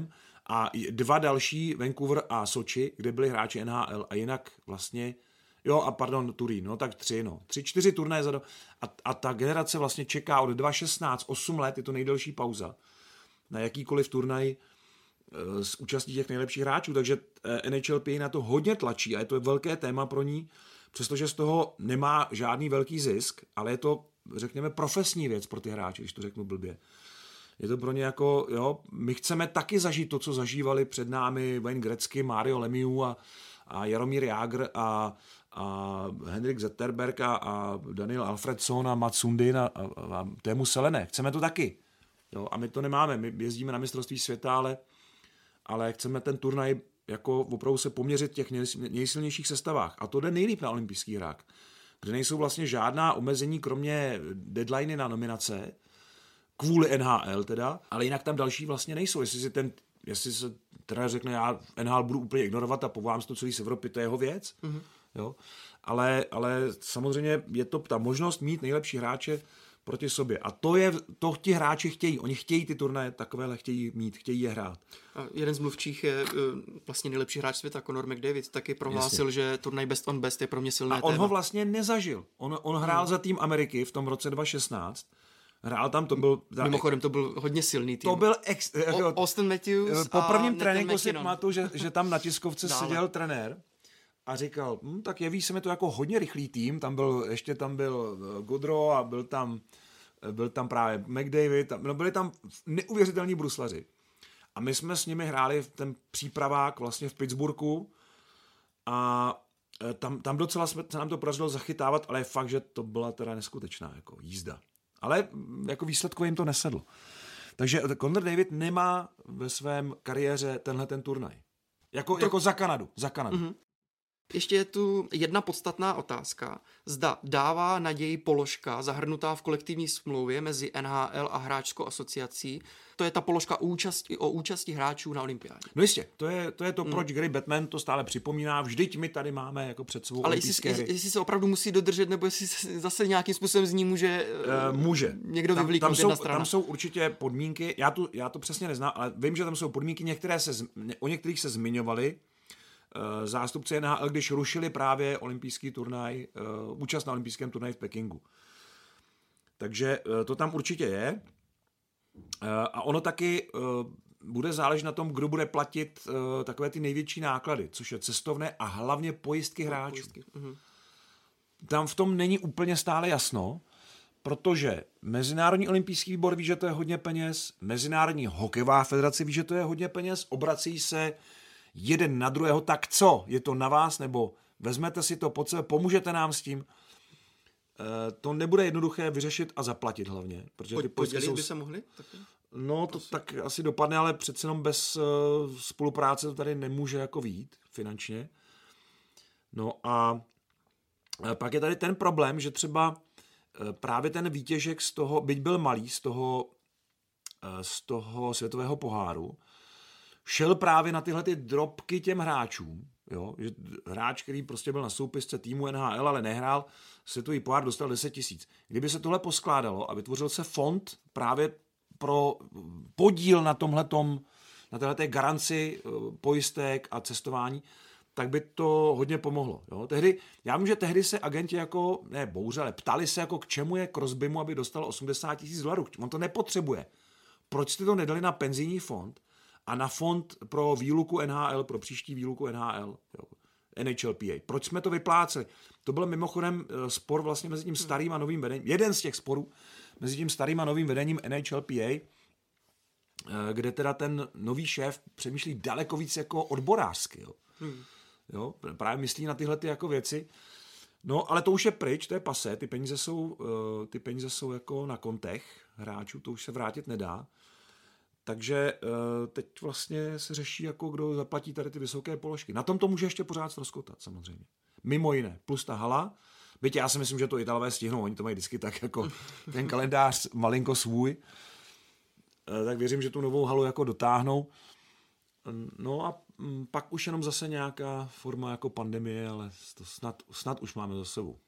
A dva další, Vancouver a Soči, kde byli hráči N H L a jinak vlastně, jo a pardon, Turín, no tak tři, no. Tři, čtyři turnaje za do... A, a ta generace vlastně čeká od dva šestnáct, osm let, je to nejdelší pauza na jakýkoliv turnaj s účastí těch nejlepších hráčů, takže N H L P A na to hodně tlačí a je to velké téma pro ní, přestože z toho nemá žádný velký zisk, ale je to, řekněme, profesní věc pro ty hráče, když to řeknu blbě. Je to pro ně jako, jo, my chceme taky zažít to, co zažívali před námi Wayne Gretzky, Mario Lemieux a, a Jaromír Jágr a, a Henrik Zetterberg a, a Daniel Alfredson a Mats Sundin a, a, a Teemu Selänne. Chceme to taky. Jo, a my to nemáme. My jezdíme na mistrovství světa, ale, ale chceme ten turnaj jako opravdu se poměřit v těch nejsilnějších sestavách. A to jde nejlíp na olympijský hrách, kde nejsou vlastně žádná omezení, kromě deadliny na nominace, kvůli N H L teda, ale jinak tam další vlastně nejsou. Jestli si ten, jestli se trenér řekne, já N H L budu úplně ignorovat a povolám si to celý z Evropy, to je jeho věc. Mm-hmm. Jo? Ale, ale samozřejmě je to ta možnost mít nejlepší hráče proti sobě. A to je, to ti hráči chtějí. Oni chtějí ty turnaje takovéhle, chtějí mít, chtějí je hrát. A jeden z mluvčích je uh, vlastně nejlepší hráč světa, Conor McDavid, taky prohlásil, Jasně. že turnaj Best on Best je pro mě silné A on téma. ho vlastně nezažil. On, on hrál hmm. za tým Ameriky v tom roce dva šestnáct. Hrál tam, to byl... Mimochodem, to byl hodně silný tým. To byl... Ex, o, Austin Matthews po prvním a tréninku si pamatuju, že, že tam na tiskovce seděl trenér a říkal, hm, tak jeví se mi to jako hodně rychlý tým, tam byl, ještě tam byl Gaudreau a byl tam, byl tam právě McDavid, no byli tam neuvěřitelní bruslaři. A my jsme s nimi hráli v ten přípravák vlastně v Pittsburghu a tam, tam docela jsme, se nám to podařilo zachytávat, ale je fakt, že to byla teda neskutečná jako jízda. Ale jako výsledku jim to nesedlo. Takže Connor David nemá ve svém kariéře tenhle ten turnaj. Jako, to... jako za Kanadu. Za Kanadu. Mm-hmm. Ještě je tu jedna podstatná otázka. Zda dává naději položka zahrnutá v kolektivní smlouvě mezi N H L a hráčskou asociací. To je ta položka o účasti, o účasti hráčů na olympiádě. No jistě, to je to, je to mm. proč Gary Bettman to stále připomíná. Vždyť my tady máme jako před svou olympijské hry. Ale jestli se opravdu musí dodržet, nebo jestli se zase nějakým způsobem z ní může, uh, může. někdo vyvlíknout tam, tam jedna jsou, strana. Tam jsou určitě podmínky, já, tu, já to přesně neznám, ale vím, že tam jsou podmínky, některé se, o některých se zmiňovali zástupci N H L, když rušili právě olympijský turnaj, uh, účast na olympijském turnaji v Pekingu. Takže uh, to tam určitě je. Uh, a ono taky uh, bude záležet na tom, kdo bude platit uh, takové ty největší náklady, což je cestovné a hlavně pojistky hráčů. Pojistky. Uh-huh. Tam v tom není úplně stále jasno, protože Mezinárodní olympijský výbor ví, že to je hodně peněz, Mezinárodní hokejová federace ví, že to je hodně peněz, obrací se jeden na druhého, tak co? Je to na vás, nebo vezmete si to pod sebe, pomůžete nám s tím? E, to nebude jednoduché vyřešit a zaplatit hlavně. Protože ty Podělit jsou... by se mohli? Taky? No, to tak asi dopadne, ale přece jenom bez uh, spolupráce to tady nemůže jako vyjít finančně. No a pak je tady ten problém, že třeba uh, právě ten výtěžek z toho, byť byl malý, z toho, uh, z toho světového poháru, šel právě na tyhle ty drobky těm hráčům. Jo? Že hráč, který prostě byl na soupisce týmu N H L, ale nehrál světový pohár, dostal deset tisíc. Kdyby se tohle poskládalo a vytvořil se fond právě pro podíl na tomhletom, na téhleté garanci pojistek a cestování, tak by to hodně pomohlo. Jo? Tehdy, já vím, že tehdy se agenti jako, ne bouře, ale ptali se, jako k čemu je Crosbymu, aby dostal osmdesát tisíc dolarů. On to nepotřebuje. Proč jste to nedali na penzijní fond a na fond pro výluku N H L, pro příští výluku N H L, jo, N H L P A. Proč jsme to vypláceli? To byl mimochodem spor vlastně mezi tím starým a novým vedením, jeden z těch sporů mezi tím starým a novým vedením N H L P A, kde teda ten nový šéf přemýšlí daleko víc jako odborářsky. Jo. Hmm. Jo, právě myslí na tyhle ty jako věci. No, ale to už je pryč, to je pasé, ty peníze jsou, ty peníze jsou jako na kontech hráčů, to už se vrátit nedá. Takže teď vlastně se řeší, jako kdo zaplatí tady ty vysoké položky. Na tom to může ještě pořád ztroskotat, samozřejmě. Mimo jiné, plus ta hala, byť já si myslím, že to Italové stihnou, oni to mají vždycky tak jako ten kalendář malinko svůj, tak věřím, že tu novou halu jako dotáhnou. No a pak už jenom zase nějaká forma jako pandemie, ale to snad, snad už máme za sebou.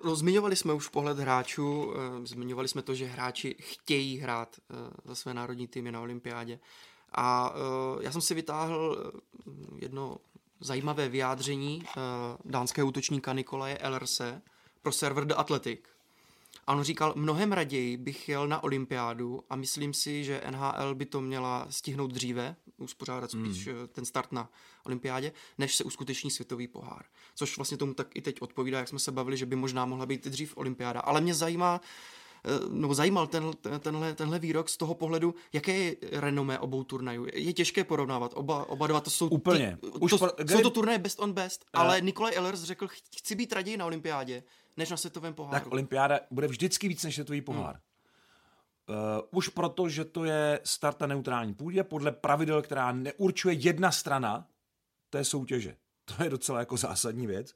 No, zmiňovali jsme už pohled hráčů, zmiňovali jsme to, že hráči chtějí hrát za své národní týmy na olympiádě. A já jsem si vytáhl jedno zajímavé vyjádření dánského útočníka Nikolaje Ellerse pro server The Athletic. A on říkal, mnohem raději bych jel na olympiádu a myslím si, že N H L by to měla stihnout dříve, uspořádat spíš hmm. ten start na olympiádě, než se uskuteční světový pohár. Což vlastně tomu tak i teď odpovídá, jak jsme se bavili, že by možná mohla být dřív olympiáda. Ale mě zajímá, no zajímal ten, tenhle, tenhle výrok z toho pohledu, jaké je renomé obou turnajů. Je těžké porovnávat. Oba, oba dva to jsou, Úplně. Ty, Už to, po, jsou to turnaje best on best, uh, ale Nikolaj Ehlers řekl, chci být raději na olympiádě, než na světovém poháru. Tak olympiáda bude vždycky víc než světový pohár. Hmm. Uh, už proto, že to je start na neutrální půdě, podle pravidel, která neurčuje jedna strana té soutěže. To je docela jako zásadní věc.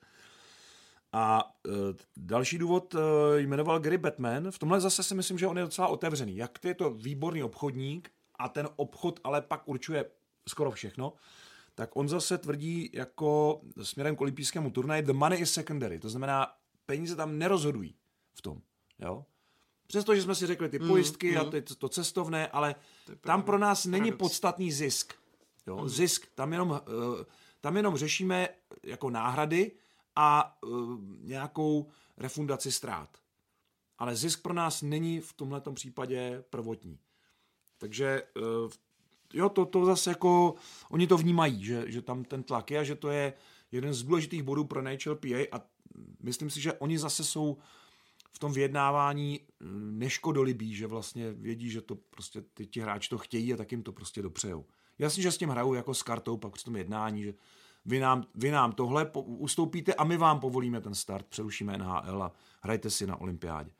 A uh, další důvod uh, jmenoval Gary Bettman. V tomhle zase si myslím, že on je docela otevřený. Jak je to výborný obchodník a ten obchod ale pak určuje skoro všechno, tak on zase tvrdí jako směrem k olympijskému turnaji the money is secondary. To znamená, peníze tam nerozhodují v tom. Jo? Přestože jsme si řekli ty pojistky mm, a ty, to cestovné, ale tam pro nás není paradox. Podstatný zisk. Jo? Mm. Zisk, tam jenom, uh, tam jenom řešíme jako náhrady a uh, nějakou refundaci ztrát. Ale zisk pro nás není v tomhletom případě prvotní. Takže uh, jo, to, to zase jako, oni to vnímají, že, že tam ten tlak je a že to je jeden z důležitých bodů pro N H L P A a myslím si, že oni zase jsou v tom vyjednávání neškodolibí, že vlastně vědí, že to prostě ty, ti hráči to chtějí a tak jim to prostě dopřejou. Jasně, že s tím hrajou jako s kartou pak při tom jednání, že vy nám, vy nám tohle po, ustoupíte a my vám povolíme ten start, přerušíme N H L a hrajte si na olympiádě.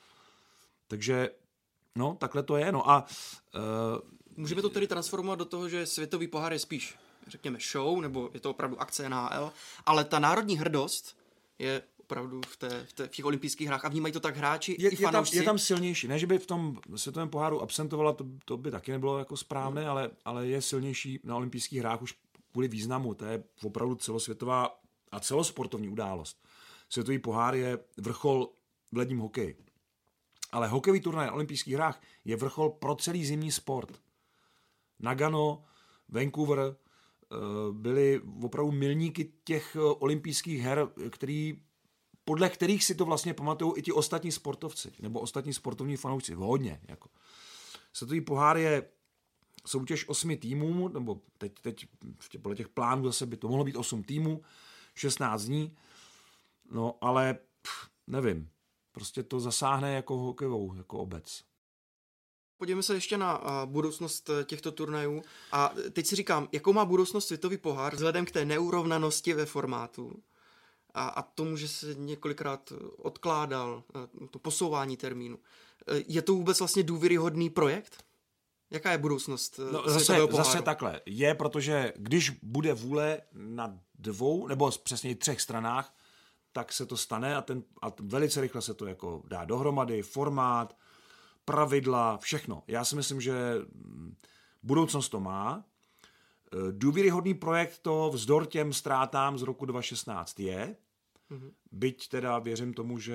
Takže no, takhle to je. No a uh, můžeme to tedy transformovat do toho, že světový pohár je spíš, řekněme, show, nebo je to opravdu akce N H L, ale ta národní hrdost je opravdu v, té, v, té, v těch olympijských hrách a vnímají to tak hráči je, i fanoušci. Je tam, je tam silnější. Ne, že by v tom světovém poháru absentovala, to, to by taky nebylo jako správné, hmm. ale, ale je silnější na olympijských hrách už kvůli významu. To je opravdu celosvětová a celosportovní událost. Světový pohár je vrchol v ledním hokeji. Ale hokejový turnaj na olympijských hrách je vrchol pro celý zimní sport. Nagano, Vancouver byly opravdu milníky těch olympijských her, který, podle kterých si to vlastně pamatují i ti ostatní sportovci, nebo ostatní sportovní fanoušci. Hodně. Jako. Světový pohár je soutěž osmi týmů, nebo teď, teď podle těch plánů zase by to mohlo být osm týmů, šestnáct dní, no ale pff, nevím, prostě to zasáhne jako hokejovou, jako obec. Podívejme se ještě na uh, budoucnost těchto turnajů a teď si říkám, jakou má budoucnost světový pohár vzhledem k té neurovnanosti ve formátu a, a tomu, že se několikrát odkládal uh, to posouvání termínu. Uh, je to vůbec vlastně důvěryhodný projekt? Jaká je budoucnost uh, no, světového zase, poháru? Zase takhle. Je, protože když bude vůle na dvou, nebo přesně třech stranách, tak se to stane a, ten, a velice rychle se to jako dá dohromady, formát, pravidla, všechno. Já si myslím, že budoucnost to má. Důvěryhodný projekt to vzdor těm ztrátám z roku dva tisíce šestnáct je. Mm-hmm. Byť teda věřím tomu, že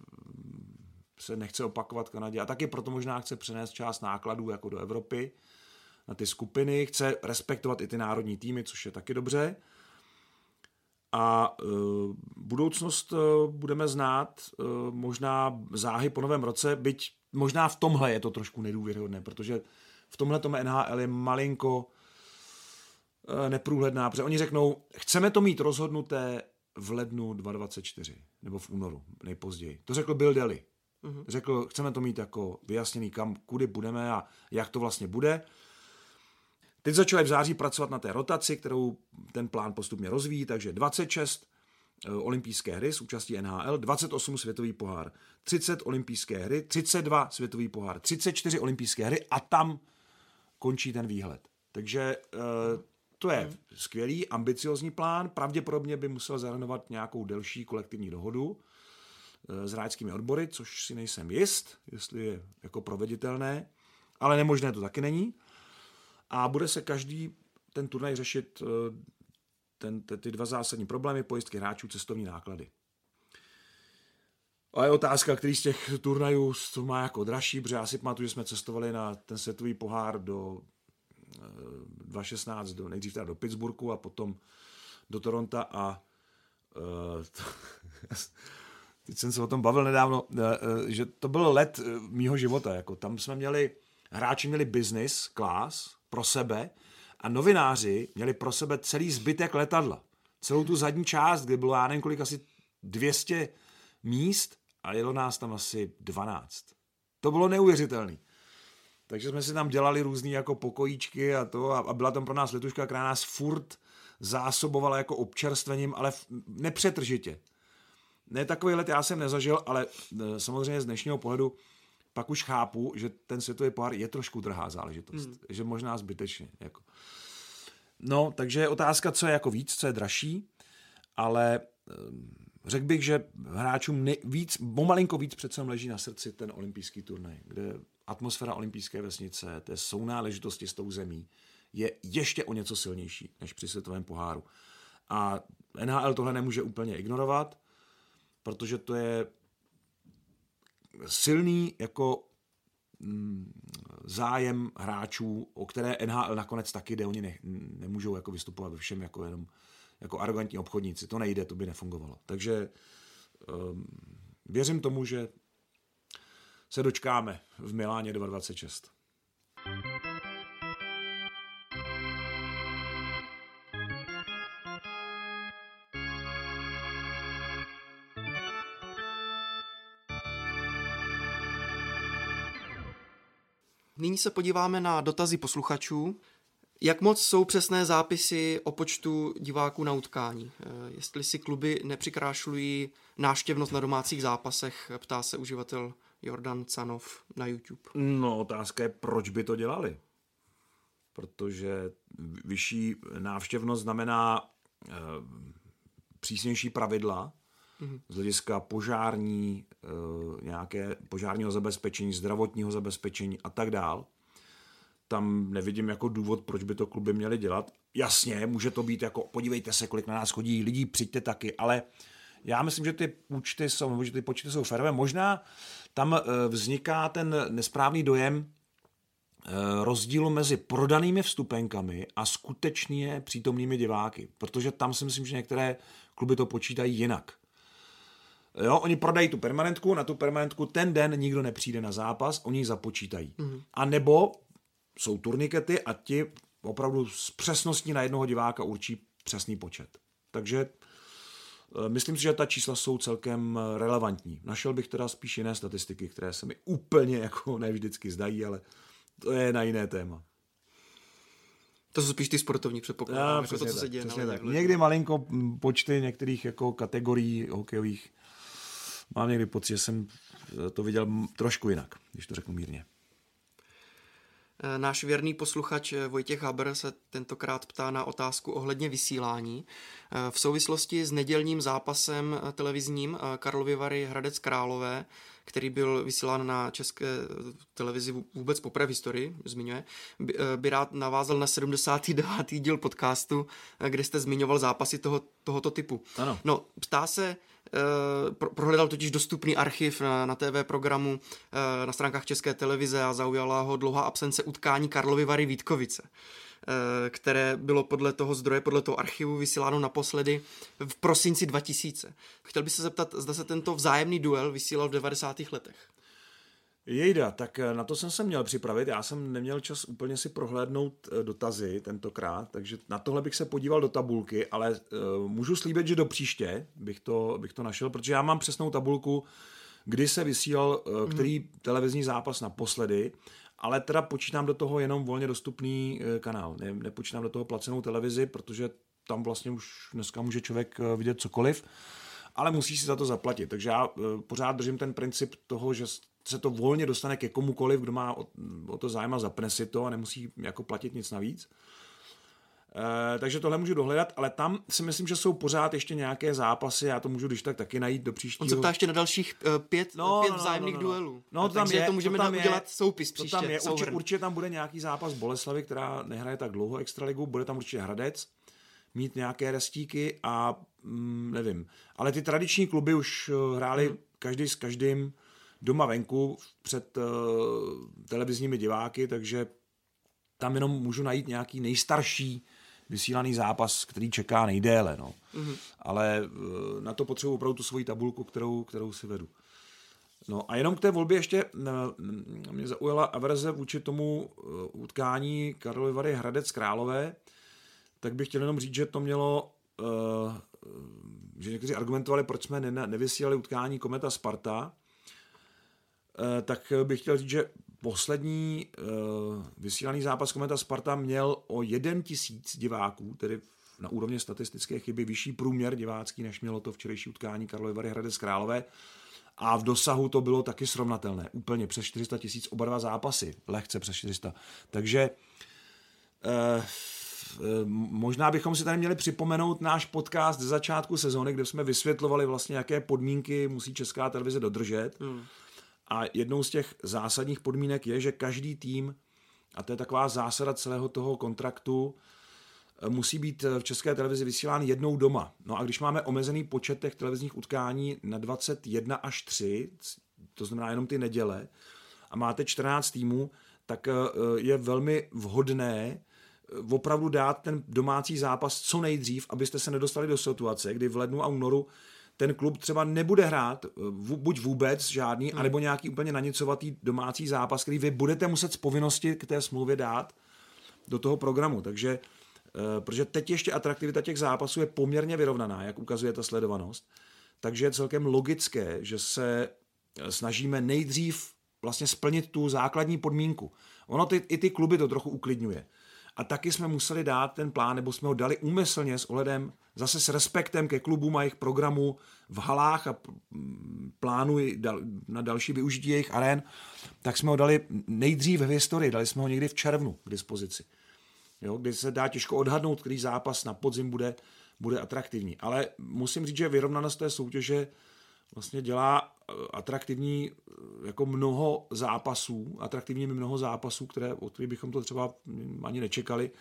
se nechce opakovat Kanadě a taky proto možná chce přenést část nákladů jako do Evropy na ty skupiny. Chce respektovat i ty národní týmy, což je taky dobře. A e, budoucnost e, budeme znát e, možná záhy po novém roce, byť možná v tomhle je to trošku nedůvěryhodné, protože v tomhle tom N H L je malinko e, neprůhledná, protože oni řeknou, chceme to mít rozhodnuté v lednu dva tisíce dvacet čtyři, nebo v únoru nejpozději. To řekl Bill Daly. Mm-hmm. Řekl, chceme to mít jako vyjasněný, kam, kudy budeme a jak to vlastně bude. Teď začali v září pracovat na té rotaci, kterou ten plán postupně rozvíjí, takže dvacet šest olympijské hry s účastí N H L, dvacet osm světový pohár, třicet olympijské hry, třicet dva světový pohár, třicet čtyři olympijské hry a tam končí ten výhled. Takže to je skvělý, ambiciozní plán, pravděpodobně by musel zahrnovat nějakou delší kolektivní dohodu s hráčskými odbory, což si nejsem jist, jestli je jako proveditelné, ale nemožné to taky není. A bude se každý ten turnaj řešit ten, ty dva zásadní problémy, pojistky hráčů, cestovní náklady. A je otázka, který z těch turnajů to má jako dražší, protože já si pamatuju, že jsme cestovali na ten světový pohár do dva tisíce šestnáct, do, nejdřív teda do Pittsburghu a potom do Toronta a uh, to, teď jsem se o tom bavil nedávno, uh, že to byl let mýho života. Jako tam jsme měli, hráči měli business class pro sebe a novináři měli pro sebe celý zbytek letadla. Celou tu zadní část, kde bylo já nevím kolik, asi dvě stě míst a jelo nás tam asi dvanáct. To bylo neuvěřitelné. Takže jsme si tam dělali různý jako pokojíčky a to a byla tam pro nás letuška, která nás furt zásobovala jako občerstvením, ale nepřetržitě. Ne, takový let já jsem nezažil, ale samozřejmě z dnešního pohledu pak už chápu, že ten světový pohár je trošku drahá záležitost. Hmm. Že možná zbytečně. Jako. No, takže je otázka, co je jako víc, co je dražší, ale řekl bych, že hráčům ne, víc, pomalinko víc přece leží na srdci ten olympijský turnaj, kde atmosféra olympijské vesnice, té sounáležitosti s tou zemí, je ještě o něco silnější než při světovém poháru. A N H L tohle nemůže úplně ignorovat, protože to je silný jako mm, zájem hráčů, o které N H L nakonec taky jde, oni ne, nemůžou jako vystupovat ve všem jako jenom jako arrogantní obchodníci. To nejde, to by nefungovalo. Takže um, věřím tomu, že se dočkáme v Miláně dvacet dvacet šest. Nyní se podíváme na dotazy posluchačů. Jak moc jsou přesné zápisy o počtu diváků na utkání? Jestli si kluby nepřikrášlují návštěvnost na domácích zápasech, ptá se uživatel Jordan Canov na YouTube. No, otázka je, proč by to dělali? Protože vyšší návštěvnost znamená e, přísnější pravidla mm-hmm. z hlediska požární, e, nějaké požárního zabezpečení, zdravotního zabezpečení a tak dál. Tam nevidím jako důvod, proč by to kluby měly dělat. Jasně, může to být jako, podívejte se, kolik na nás chodí lidí, přijďte taky, ale já myslím, že ty účty jsou, že ty počty jsou férové. Možná tam vzniká ten nesprávný dojem rozdílu mezi prodanými vstupenkami a skutečně přítomnými diváky, protože tam si myslím, že některé kluby to počítají jinak. Jo, oni prodají tu permanentku, na tu permanentku ten den nikdo nepřijde na zápas, oni ji započítají. Mm-hmm. A nebo jsou turnikety a ti opravdu s přesností na jednoho diváka určí přesný počet. Takže myslím si, že ta čísla jsou celkem relevantní. Našel bych teda spíš jiné statistiky, které se mi úplně jako ne vždycky zdají, ale to je na jiné téma. To jsou spíš ty sportovní předpoklady, ja, jako to, co se děje. Tak. Někdy malinko počty některých jako kategorií hokejových mám někdy pocit, že jsem to viděl trošku jinak, když to řeknu mírně. Náš věrný posluchač Vojtěch Haber se tentokrát ptá na otázku ohledně vysílání. V souvislosti s nedělním zápasem televizním Karlovy Vary Hradec Králové, který byl vysílán na české televizi vůbec poprvé v historii, zmiňuje, by, by rád navázal na sedmdesátý devátý díl podcastu, kde jste zmiňoval zápasy toho, tohoto typu. Ano. No, ptá se, Pro, prohledal totiž dostupný archiv na, na T V programu na stránkách České televize a zaujala ho dlouhá absence utkání Karlovy Vary Vítkovice, které bylo podle toho zdroje, podle toho archivu vysíláno naposledy v prosinci dva tisíce. Chtěl bych se zeptat, zda se tento vzájemný duel vysílal v devadesátých letech. Jejda, tak na to jsem se měl připravit. Já jsem neměl čas úplně si prohlédnout dotazy tentokrát, takže na tohle bych se podíval do tabulky, ale uh, můžu slíbit, že do příště bych to, bych to našel, protože já mám přesnou tabulku, kdy se vysílal uh, který mm. televizní zápas naposledy, ale teda počítám do toho jenom volně dostupný uh, kanál. Ne, nepočítám do toho placenou televizi, protože tam vlastně už dneska může člověk uh, vidět cokoliv, ale musí si za to zaplatit. Takže já uh, pořád držím ten princip toho, že se to volně dostane ke komukoliv, kdo má o, o to zájem a zapne si to a nemusí jako platit nic navíc. E, takže tohle můžu dohledat, ale tam si myslím, že jsou pořád ještě nějaké zápasy, já to můžu když tak taky najít do příštího. On se ptá ještě na dalších uh, pět, no, pět no, vzájemných no, no, no. duelů. No, to tam takže je, to můžeme to tam udělat je, soupis příště. To tam je, určitě, určitě tam bude nějaký zápas Boleslavy, která nehraje tak dlouho extraligu, bude tam určitě Hradec, mít nějaké restíky a mm, nevím. Ale ty tradiční kluby už hráli hmm. každý s každým doma venku před uh, televizními diváky, takže tam jenom můžu najít nějaký nejstarší vysílaný zápas, který čeká nejdéle. No. Mm-hmm. Ale uh, na to potřebuji opravdu tu svoji tabulku, kterou, kterou si vedu. No a jenom k té volbě ještě uh, mě zaujala averze vůči tomu uh, utkání Karlovy Vary Hradec Králové, tak bych chtěl jenom říct, že to mělo, uh, že někteří argumentovali, proč jsme ne- nevysílali utkání Kometa Sparta, uh, tak bych chtěl říct, že poslední uh, vysílaný zápas Kometa Sparta měl o jeden tisíc diváků, tedy na úrovni statistické chyby vyšší průměr divácký, než mělo to včerejší utkání Karlovy Vary Hradec Králové. A v dosahu to bylo taky srovnatelné. Úplně přes čtyři sta tisíc oba dva zápasy. Lehce přes čtyři sta. Takže uh, možná bychom si tady měli připomenout náš podcast ze začátku sezóny, kde jsme vysvětlovali vlastně, jaké podmínky musí Česká televize dodržet. Hmm. A jednou z těch zásadních podmínek je, že každý tým, a to je taková zásada celého toho kontraktu, musí být v České televizi vysílán jednou doma. No a když máme omezený počet těch televizních utkání na dvacet jedna až tři, to znamená jenom ty neděle, a máte čtrnáct týmů, tak je velmi vhodné opravdu dát ten domácí zápas co nejdřív, abyste se nedostali do situace, kdy v lednu a únoru ten klub třeba nebude hrát buď vůbec žádný, hmm. anebo nějaký úplně nanicovatý domácí zápas, který vy budete muset z povinnosti k té smlouvě dát do toho programu. Takže, protože teď ještě atraktivita těch zápasů je poměrně vyrovnaná, jak ukazuje ta sledovanost, takže je celkem logické, že se snažíme nejdřív vlastně splnit tu základní podmínku. Ono ty, i ty kluby to trochu uklidňuje. A taky jsme museli dát ten plán, nebo jsme ho dali úmyslně s ohledem, zase s respektem ke klubům a jejich programu v halách a plánu na další využití jejich arén, tak jsme ho dali nejdřív v historii, dali jsme ho někdy v červnu k dispozici. Jo, kdy se dá těžko odhadnout, který zápas na podzim bude, bude atraktivní. Ale musím říct, že vyrovnanost té soutěže vlastně dělá atraktivní jako mnoho zápasů, atraktivními mnoho zápasů, které, od kterých bychom to třeba ani nečekali.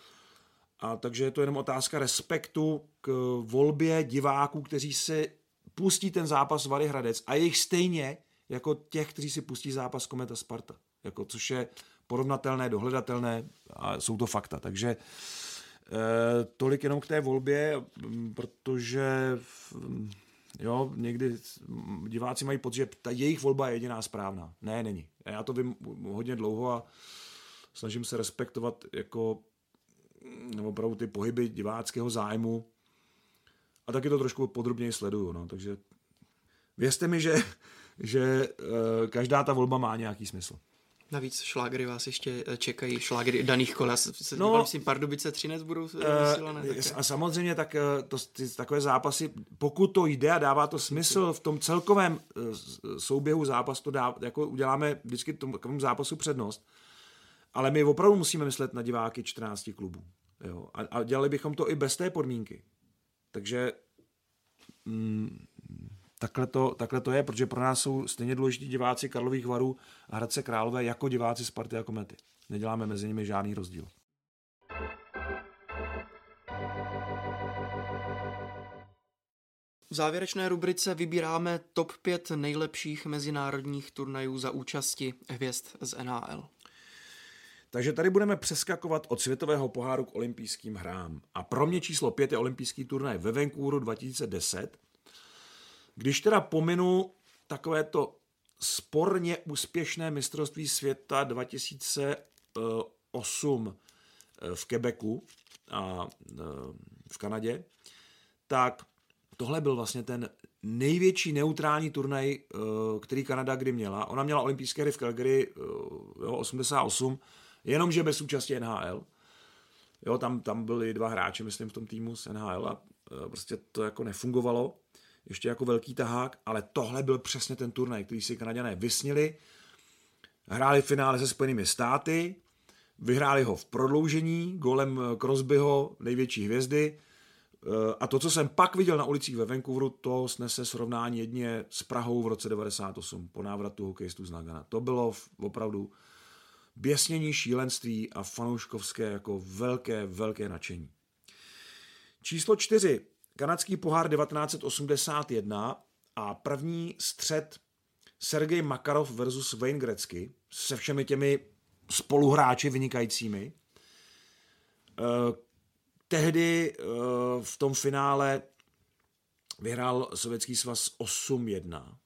A takže je to jenom otázka respektu k volbě diváků, kteří si pustí ten zápas Vary Hradec a jejich stejně jako těch, kteří si pustí zápas Kometa Sparta. Jako, což je porovnatelné, dohledatelné a jsou to fakta. Takže e, tolik jenom k té volbě, protože jo, někdy diváci mají pocit, že ta jejich volba je jediná správná. Ne, není. Já to vím hodně dlouho a snažím se respektovat jako opravdu ty pohyby diváckého zájmu a taky to trošku podrobněji sleduju. No. Takže věřte mi, že, že uh, každá ta volba má nějaký smysl. Navíc šlágery vás ještě čekají, šlágery daných kol. Já se no, myslím, Pardubice Třinec budou vysílané. Uh, a samozřejmě tak, to, ty, takové zápasy, pokud to jde a dává to smysl v tom celkovém souběhu zápasu, to dá, jako uděláme vždycky tomu, tomu zápasu přednost, ale my opravdu musíme myslet na diváky čtrnácti klubů. Jo? A, a dělali bychom to i bez té podmínky. Takže mm, takhle, to, takhle to je, protože pro nás jsou stejně důležití diváci Karlových Varů a Hradce Králové jako diváci Sparty a Komety. Neděláme mezi nimi žádný rozdíl. V závěrečné rubrice vybíráme top pět nejlepších mezinárodních turnajů za účasti hvězd z N H L. Takže tady budeme přeskakovat od světového poháru k olympijským hrám. A pro mě číslo pět je olympijský turnaj ve Vancouveru dva tisíce deset. Když teda pominu takovéto sporně úspěšné mistrovství světa dva tisíce osm v Quebecu a v Kanadě, tak tohle byl vlastně ten největší neutrální turnaj, který Kanada kdy měla. Ona měla olympijské hry v Calgary jo, osmdesát osm, jenomže bez účasti N H L. Jo, tam, tam byli dva hráči, myslím, v tom týmu z N H L a prostě to jako nefungovalo. Ještě jako velký tahák, ale tohle byl přesně ten turnaj, který si Kanaďané vysnili. Hráli v finále se Spojenými státy, vyhráli ho v prodloužení, gólem Crosbyho, největší hvězdy. A to, co jsem pak viděl na ulicích ve Vancouveru, to snese srovnání jedně s Prahou v roce devadesát osm po návratu hokejistů z Nagana. To bylo opravdu běsnění, šílenství a fanouškovské jako velké, velké nadšení. Číslo čtyři. kanadský pohár devatenáct osmdesát jedna a první střet Sergej Makarov versus Wayne Gretzky se všemi těmi spoluhráči vynikajícími. Eh, tehdy eh, v tom finále vyhrál Sovětský svaz osm jedna.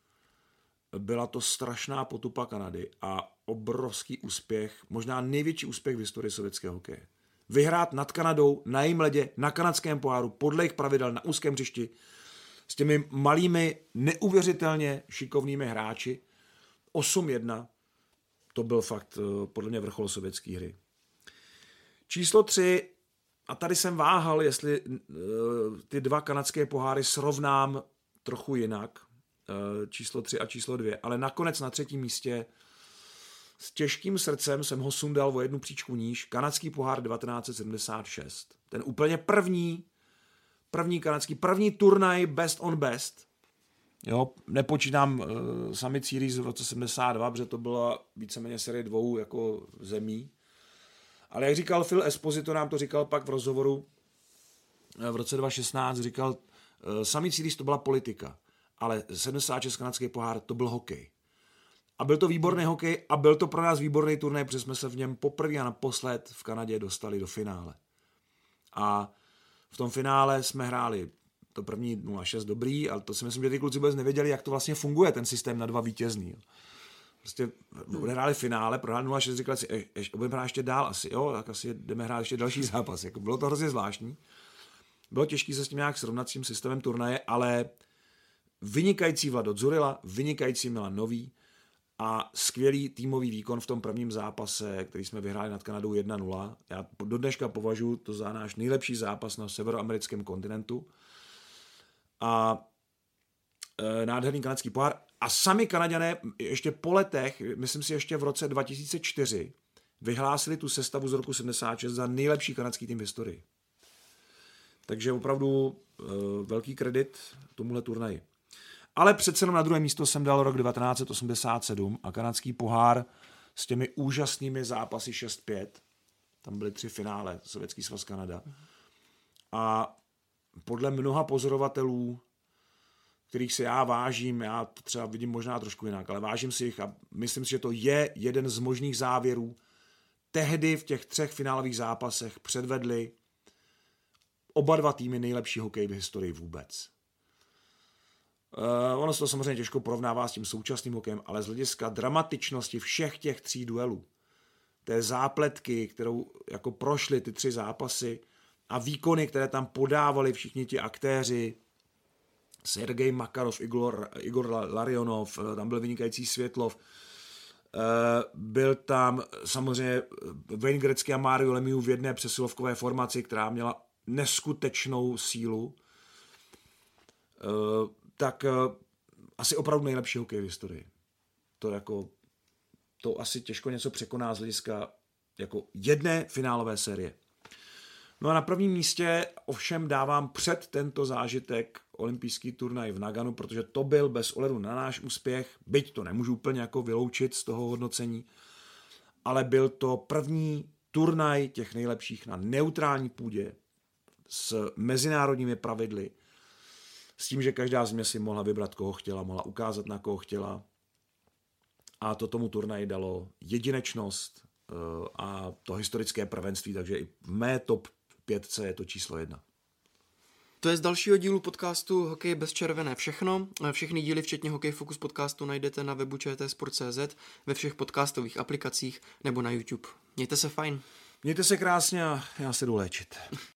Byla to strašná potupa Kanady a obrovský úspěch, možná největší úspěch v historii sovětského hokeje. Vyhrát nad Kanadou na jejím ledě, na kanadském poháru, podle jejich pravidel, na úzkém hřišti, s těmi malými, neuvěřitelně šikovnými hráči. osm jedna, to byl fakt podle mě vrchol sovětské hry. Číslo tři, a tady jsem váhal, jestli ty dva kanadské poháry srovnám trochu jinak, číslo tři a číslo dvě, ale nakonec na třetím místě s těžkým srdcem jsem ho sundal o jednu příčku níž, kanadský pohár devatenáct sedmdesát šest. Ten úplně první, první kanadský, první turnaj best on best. Jo, nepočítám uh, Summit Series v roce sedmdesát dva, protože to byla víceméně série dvou jako zemí. Ale jak říkal Phil Esposito, nám to říkal pak v rozhovoru v roce dva tisíce šestnáct, říkal, uh, Summit Series to byla politika, ale sedmdesát šest kanadský pohár to byl hokej. A byl to výborný hokej a byl to pro nás výborný turnaj, protože jsme se v něm poprvé a naposled v Kanadě dostali do finále. A v tom finále jsme hráli to první nula šest dobrý, ale to si myslím, že ty kluci vůbec nevěděli, jak to vlastně funguje, ten systém na dva vítězný. Prostě odehráli finále, prohráli nula šest, říkali si, je, je, budeme hrát ještě dál asi, jo, tak asi jdeme hrát ještě další zápas. Jako bylo to hrozně zvláštní. Bylo těžké se s tím nějak srovnat s tím systémem turnaje, ale vynikající Vlado Dzurilla, vynikající Milan Nový a skvělý týmový výkon v tom prvním zápase, který jsme vyhráli nad Kanadou jedna nula. Já do dneška považuji to za náš nejlepší zápas na severoamerickém kontinentu. A e, nádherný kanadský pohár. A sami Kanaďané ještě po letech, myslím si ještě v roce dva tisíce čtyři, vyhlásili tu sestavu z roku sedmdesát šest za nejlepší kanadský tým v historii. Takže opravdu e, velký kredit tomuhle turnaji. Ale přece jenom na druhé místo jsem dal rok devatenáct osmdesát sedm a kanadský pohár s těmi úžasnými zápasy šest pět. Tam byly tři finále, Sovětský svaz Kanada. A podle mnoha pozorovatelů, kterých se já vážím, já to třeba vidím možná trošku jinak, ale vážím si jich a myslím si, že to je jeden z možných závěrů. Tehdy v těch třech finálových zápasech předvedli oba dva týmy nejlepší hokej v historii vůbec. Uh, ono se to samozřejmě těžko porovnává s tím současným hokejem, ale z hlediska dramatičnosti všech těch tří duelů, té zápletky, kterou jako prošly ty tři zápasy a výkony, které tam podávali všichni ti aktéři, Sergej Makarov, Igor, Igor Larionov, tam byl vynikající Světlov, uh, byl tam samozřejmě Wayne Gretzky a Mario Lemieux v jedné přesilovkové formaci, která měla neskutečnou sílu. Uh, tak uh, asi opravdu nejlepší hokej v historii. To jako, to asi těžko něco překoná z hlediska jako jedné finálové série. No a na prvním místě ovšem dávám před tento zážitek olympijský turnaj v Naganu, protože to byl bez ohledu na náš úspěch, byť to nemůžu úplně jako vyloučit z toho hodnocení, ale byl to první turnaj těch nejlepších na neutrální půdě s mezinárodními pravidly, s tím, že každá země si mohla vybrat, koho chtěla, mohla ukázat, na koho chtěla. A to tomu turnaji dalo jedinečnost a to historické prvenství, takže i v mé top pětce je to číslo jedna. To je z dalšího dílu podcastu Hokej bez červené všechno. Všechny díly, včetně Hokej Focus podcastu, najdete na webu č t sport tečka cé zet, ve všech podcastových aplikacích nebo na YouTube. Mějte se fajn. Mějte se krásně a já se jdu léčit.